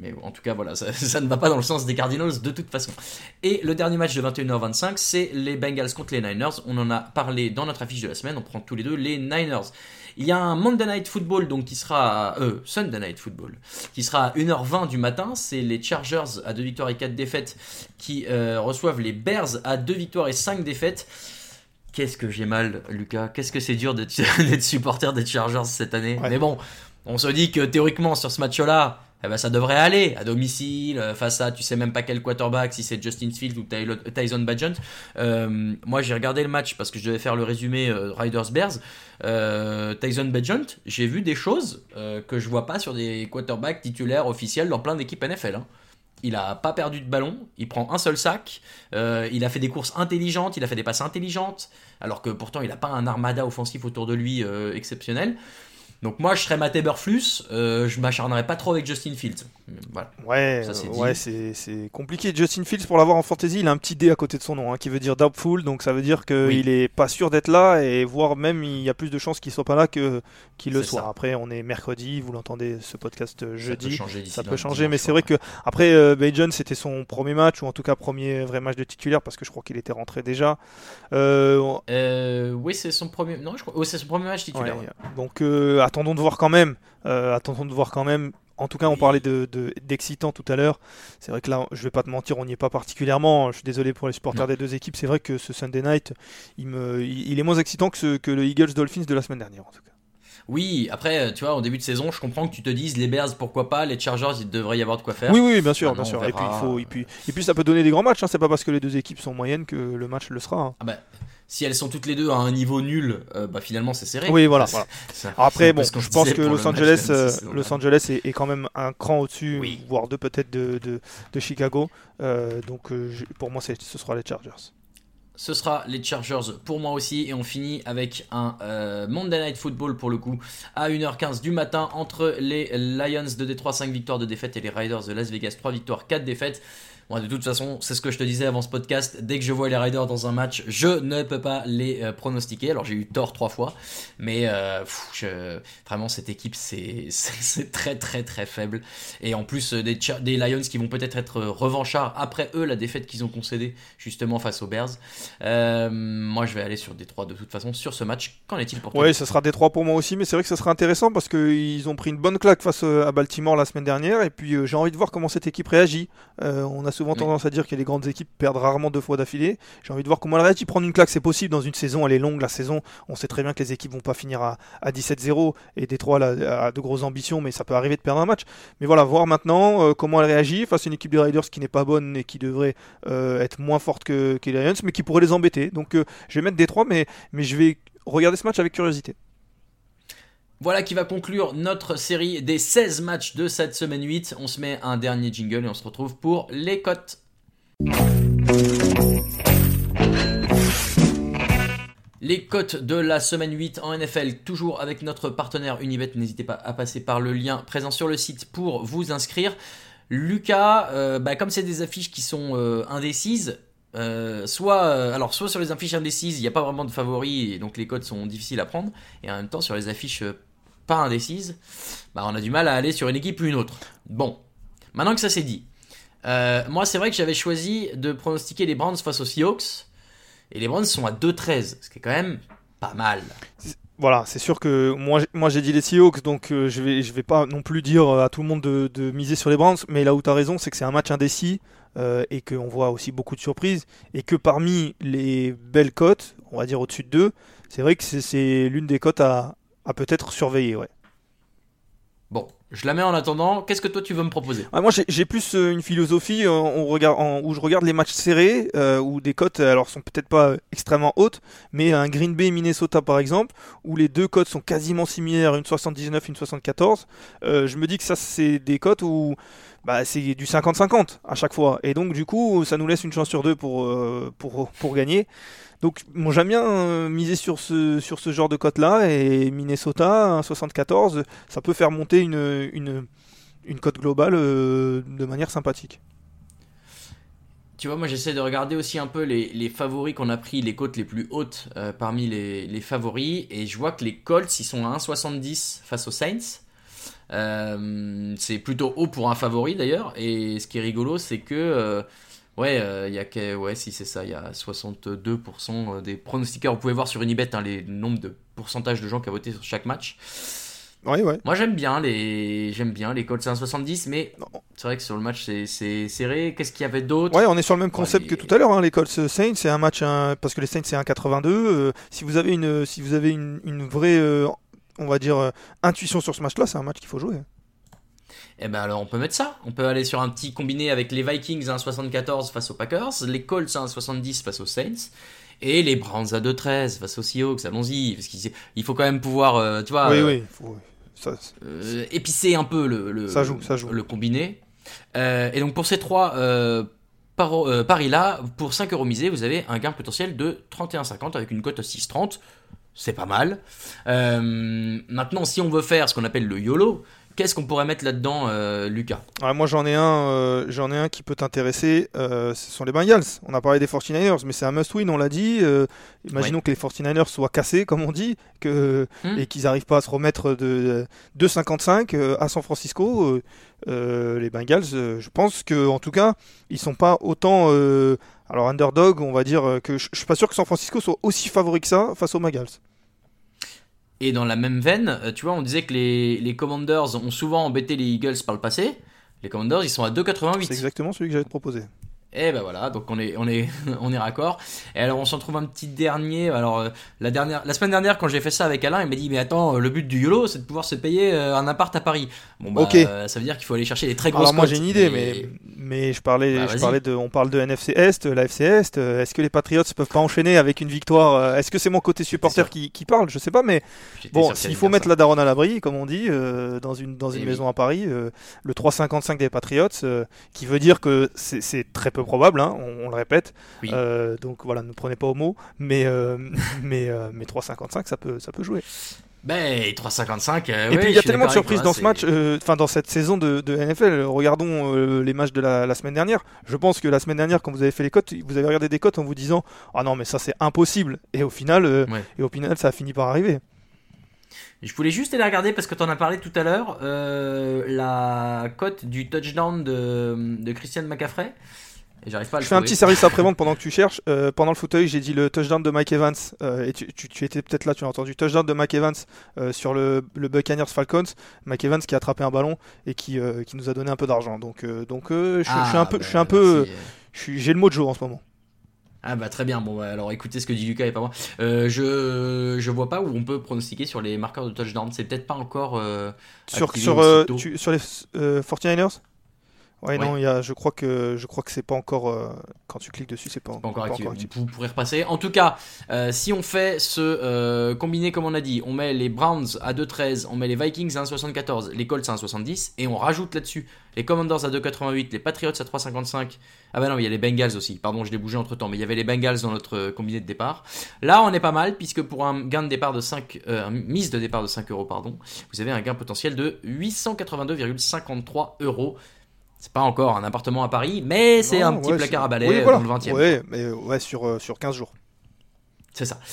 Mais en tout cas, voilà, ça ne va pas dans le sens des Cardinals de toute façon. Et le dernier match de 21h25, c'est les Bengals contre les Niners. On en a parlé dans notre affiche de la semaine. On prend tous les deux les Niners. Il y a un Monday Night Football, donc qui sera Sunday Night Football, qui sera à 1h20 du matin. C'est les Chargers à 2 victoires et 4 défaites qui reçoivent les Bears à 2 victoires et 5 défaites. Qu'est-ce que j'ai mal, Lucas. Qu'est-ce que c'est dur d'être supporter des Chargers cette année. Ouais. Mais bon, on se dit que théoriquement sur ce match-là, eh ben, ça devrait aller à domicile, face à tu sais même pas quel quarterback, si c'est Justin Fields ou Tyson Bagent. Moi j'ai regardé le match parce que je devais faire le résumé Riders-Bears. Tyson Bagent, j'ai vu des choses que je vois pas sur des quarterbacks titulaires officiels dans plein d'équipes NFL. Hein. Il a pas perdu de ballon, il prend un seul sac, il a fait des courses intelligentes, il a fait des passes intelligentes, alors que pourtant il a pas un armada offensif autour de lui exceptionnel. Donc moi je serais Matt Eberflus, je m'acharnerais pas trop avec Justin Fields. Voilà. Ouais, c'est compliqué. Justin Fields, pour l'avoir en fantasy, il a un petit D à côté de son nom, qui veut dire doubtful, donc ça veut dire qu'il est pas sûr d'être là, et voire même il y a plus de chances qu'il soit pas là qu'il le soit. Après on est mercredi, vous l'entendez ce podcast jeudi, ça peut changer, mais c'est vrai que après Bagent c'était son premier match, ou en tout cas premier vrai match de titulaire, parce que je crois qu'il était rentré déjà. Oui, c'est son premier. Non, je crois. C'est son premier match titulaire. Ouais. Donc attendons de voir quand même. En tout cas, on parlait d'excitant tout à l'heure. C'est vrai que là, je vais pas te mentir, on n'y est pas particulièrement. Je suis désolé pour les supporters des deux équipes. C'est vrai que ce Sunday Night, il est moins excitant que le Eagles-Dolphins de la semaine dernière, en tout cas. Oui, après, tu vois, au début de saison, je comprends que tu te dises les Bears, pourquoi pas, les Chargers, il devrait y avoir de quoi faire. Oui, bien sûr, bien sûr. Et puis, ça peut donner des grands matchs. Hein. C'est pas parce que les deux équipes sont moyennes que le match le sera. Hein. Ah bah. Si elles sont toutes les deux à un niveau nul, finalement c'est serré. Oui, voilà. Après, bon, je pense que Los Angeles est quand même un cran au-dessus, voire deux peut-être de Chicago. Donc pour moi, ce sera les Chargers. Ce sera les Chargers pour moi aussi. Et on finit avec un Monday Night Football pour le coup à 1h15 du matin entre les Lions de Détroit, 5 victoires de défaite, et les Raiders de Las Vegas, 3 victoires, 4 défaites. Bon, de toute façon, c'est ce que je te disais avant ce podcast. Dès que je vois les Raiders dans un match, je ne peux pas les pronostiquer. Alors j'ai eu tort 3 fois, mais vraiment cette équipe c'est très très très faible. Et en plus des Lions qui vont peut-être être revanchards après eux la défaite qu'ils ont concédée justement face aux Bears. Moi je vais aller sur Détroit de toute façon sur ce match. Qu'en est-il pour toi ? Oui, ça sera Détroit pour moi aussi, mais c'est vrai que ça sera intéressant parce qu'ils ont pris une bonne claque face à Baltimore la semaine dernière, et puis j'ai envie de voir comment cette équipe réagit. On a souvent tendance à dire que les grandes équipes perdent rarement 2 fois d'affilée. J'ai envie de voir comment elle réagit. Prendre une claque, c'est possible dans une saison, elle est longue la saison. On sait très bien que les équipes vont pas finir à 17-0, et Détroit a de grosses ambitions, mais ça peut arriver de perdre un match. Mais voilà, voir maintenant comment elle réagit face à une équipe des Raiders qui n'est pas bonne et qui devrait être moins forte que les Lions, mais qui pourrait les embêter. Donc je vais mettre Détroit, mais je vais regarder ce match avec curiosité. Voilà qui va conclure notre série des 16 matchs de cette semaine 8. On se met un dernier jingle et on se retrouve pour les cotes. Les cotes de la semaine 8 en NFL, toujours avec notre partenaire Unibet. N'hésitez pas à passer par le lien présent sur le site pour vous inscrire. Lucas, comme c'est des affiches qui sont indécises, soit sur les affiches indécises, il n'y a pas vraiment de favoris et donc les cotes sont difficiles à prendre. Et en même temps, sur les affiches pas indécises, on a du mal à aller sur une équipe ou une autre. Bon, maintenant que ça c'est dit, moi c'est vrai que j'avais choisi de pronostiquer les Browns face aux Seahawks, et les Browns sont à 2-13, ce qui est quand même pas mal. Voilà, c'est sûr que moi j'ai dit les Seahawks, donc je vais pas non plus dire à tout le monde de miser sur les Browns, mais là où tu as raison, c'est que c'est un match indécis, et qu'on voit aussi beaucoup de surprises, et que parmi les belles cotes, on va dire au-dessus de 2, c'est vrai que c'est l'une des cotes à peut-être surveiller, ouais. Bon, je la mets en attendant. Qu'est-ce que toi tu veux me proposer ? Moi j'ai plus une philosophie où je regarde les matchs serrés, où des cotes alors sont peut-être pas extrêmement hautes, mais un Green Bay Minnesota par exemple, où les deux cotes sont quasiment similaires, une 79, une 74. Je me dis que ça c'est des cotes où c'est du 50-50 à chaque fois, et donc du coup ça nous laisse une chance sur 2 pour gagner. Donc j'aime bien miser sur ce genre de cote-là, et Minnesota, 1,74, ça peut faire monter une cote globale de manière sympathique. Tu vois, moi j'essaie de regarder aussi un peu les favoris qu'on a pris, les cotes les plus hautes parmi les favoris, et je vois que les Colts ils sont à 1,70 face aux Saints. C'est plutôt haut pour un favori d'ailleurs. Et ce qui est rigolo, c'est que il y a si c'est ça, il y a 62% des pronostiqueurs. Vous pouvez voir sur Unibet les nombres de pourcentage de gens qui ont voté sur chaque match. Ouais. Moi j'aime bien les Colts à 1,70, mais c'est vrai que sur le match c'est serré. Qu'est-ce qu'il y avait d'autre ? Ouais, on est sur le même concept que tout à l'heure. Les Colts Saints, c'est un match parce que les Saints c'est 1,82. Si vous avez une vraie, on va dire, intuition sur ce match-là, c'est un match qu'il faut jouer. Eh ben alors on peut mettre ça. On peut aller sur un petit combiné avec les Vikings à 1,74 face aux Packers, les Colts à 1,70 face aux Saints. Et les Browns à 2,13 face aux Seahawks, allons-y, parce qu'il faut quand même pouvoir, tu vois, épicer un peu ça joue. Le combiné. Et donc pour ces trois paris-là, pour 5 € misés, vous avez un gain potentiel de 31,50 avec une cote à 6,30. C'est pas mal. Maintenant, si on veut faire ce qu'on appelle le YOLO, qu'est-ce qu'on pourrait mettre là-dedans, Lucas ? Moi j'en ai un qui peut t'intéresser, ce sont les Bengals. On a parlé des 49ers, mais c'est un must-win, on l'a dit. Imaginons que les 49ers soient cassés, comme on dit, et qu'ils n'arrivent pas à se remettre de 2,55 à San Francisco. Les Bengals, je pense qu'en tout cas, ils ne sont pas autant underdog, on va dire, que je ne suis pas sûr que San Francisco soit aussi favori que ça face aux Bengals. Et dans la même veine, tu vois, on disait que les Commanders ont souvent embêté les Eagles par le passé. Les Commanders, ils sont à 2,88. C'est exactement celui que j'allais te proposer. Et ben voilà, donc on est raccord. Et alors on s'en trouve un petit dernier. Alors la semaine dernière, quand j'ai fait ça avec Alain, il m'a dit mais attends, le but du YOLO, c'est de pouvoir se payer un appart à Paris. Bon bah ça veut dire qu'il faut aller chercher les très grosses cotes. Alors moi j'ai une idée, mais on parle de NFC Est, la FC Est. Est-ce que les Patriots peuvent pas enchaîner avec une victoire ? Est-ce que c'est mon côté supporter qui parle ? Je sais pas, mais bon, s'il faut mettre la daronne à l'abri, comme on dit, dans une maison à Paris, le 3,55 des Patriots, qui veut dire que c'est très peu probable, on le répète. Oui. Donc voilà, ne prenez pas au mot, mais 3,55 ça peut jouer. Ben 3,55. Et puis il y a tellement de surprises dans ce match, dans cette saison de NFL. Regardons les matchs de la semaine dernière. Je pense que la semaine dernière, quand vous avez fait les cotes, vous avez regardé des cotes en vous disant ah non mais ça c'est impossible. Et au final, ça a fini par arriver. Je voulais juste aller regarder parce que tu en as parlé tout à l'heure, la cote du touchdown de Christian McCaffrey. Et j'arrive pas à le fais un petit service après-vente pendant que tu cherches. Pendant le fauteuil, j'ai dit le touchdown de Mike Evans. Et tu étais peut-être là, tu as entendu. Touchdown de Mike Evans sur le Buccaneers Falcons. Mike Evans qui a attrapé un ballon et qui nous a donné un peu d'argent. Donc j'ai le mojo en ce moment. Ah bah très bien, bon bah, alors écoutez ce que dit Lucas et pas moi. Je vois pas où on peut pronostiquer sur les marqueurs de touchdown. C'est peut-être pas encore sur les 49ers. Ouais, non, je crois que c'est pas encore quand tu cliques dessus, c'est pas encore actif. Vous pourrez repasser. En tout cas, si on fait ce combiné comme on a dit, on met les Browns à 2,13, on met les Vikings à 1,74, les Colts à 1,70 et on rajoute là-dessus les Commanders à 2,88, les Patriots à 3,55. Ah bah non, il y a les Bengals aussi. Pardon, je l'ai bougé entre-temps, mais il y avait les Bengals dans notre combiné de départ. Là, on est pas mal puisque pour un gain de départ de 5 mise de départ de 5 €, vous avez un gain potentiel de 882,53 €. C'est pas encore un appartement à Paris, mais c'est un petit placard à balai dans le 20e. Ouais, mais sur 15 jours. C'est ça.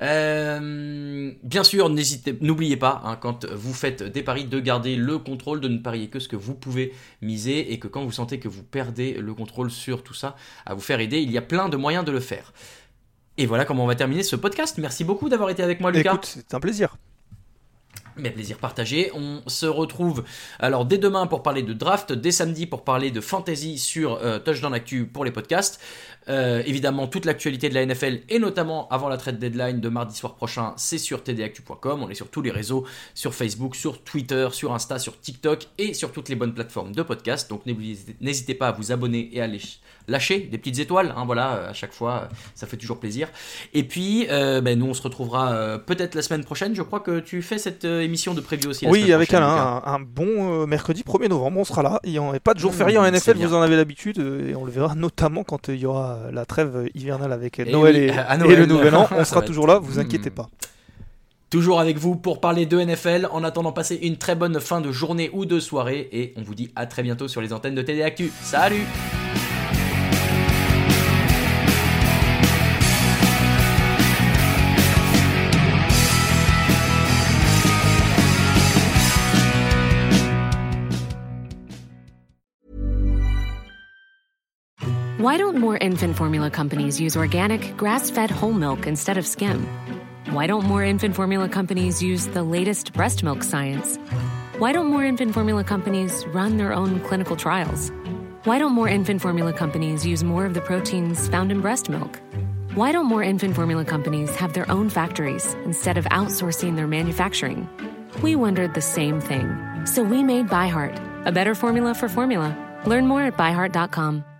Bien sûr, n'oubliez pas, quand vous faites des paris, de garder le contrôle, de ne parier que ce que vous pouvez miser et que quand vous sentez que vous perdez le contrôle sur tout ça, à vous faire aider. Il y a plein de moyens de le faire. Et voilà comment on va terminer ce podcast. Merci beaucoup d'avoir été avec moi, Lucas. Écoute, c'est un plaisir. Mais plaisir partagé. On se retrouve alors dès demain pour parler de draft, dès samedi pour parler de fantasy sur Touchdown Actu pour les podcasts. Évidemment, toute l'actualité de la NFL et notamment avant la trade deadline de mardi soir prochain, c'est sur tdactu.com. On est sur tous les réseaux, sur Facebook, sur Twitter, sur Insta, sur TikTok et sur toutes les bonnes plateformes de podcast. Donc n'hésitez pas à vous abonner et à lâcher des petites étoiles. Voilà, à chaque fois, ça fait toujours plaisir. Et puis, nous, on se retrouvera peut-être la semaine prochaine. Je crois que tu fais cette émission de preview aussi. Oui, avec Alain, un bon mercredi 1er novembre, on sera là. Il n'y a pas de jour férié en NFL, vous en avez l'habitude, et on le verra notamment quand il y aura la trêve hivernale avec Noël et le Nouvel An. On sera toujours là, vous inquiétez pas. Toujours avec vous pour parler de NFL. En attendant, passez une très bonne fin de journée ou de soirée, et on vous dit à très bientôt sur les antennes de TD Actu. Salut! Why don't more infant formula companies use organic, grass-fed whole milk instead of skim? Why don't more infant formula companies use the latest breast milk science? Why don't more infant formula companies run their own clinical trials? Why don't more infant formula companies use more of the proteins found in breast milk? Why don't more infant formula companies have their own factories instead of outsourcing their manufacturing? We wondered the same thing. So we made ByHeart, a better formula for formula. Learn more at byheart.com.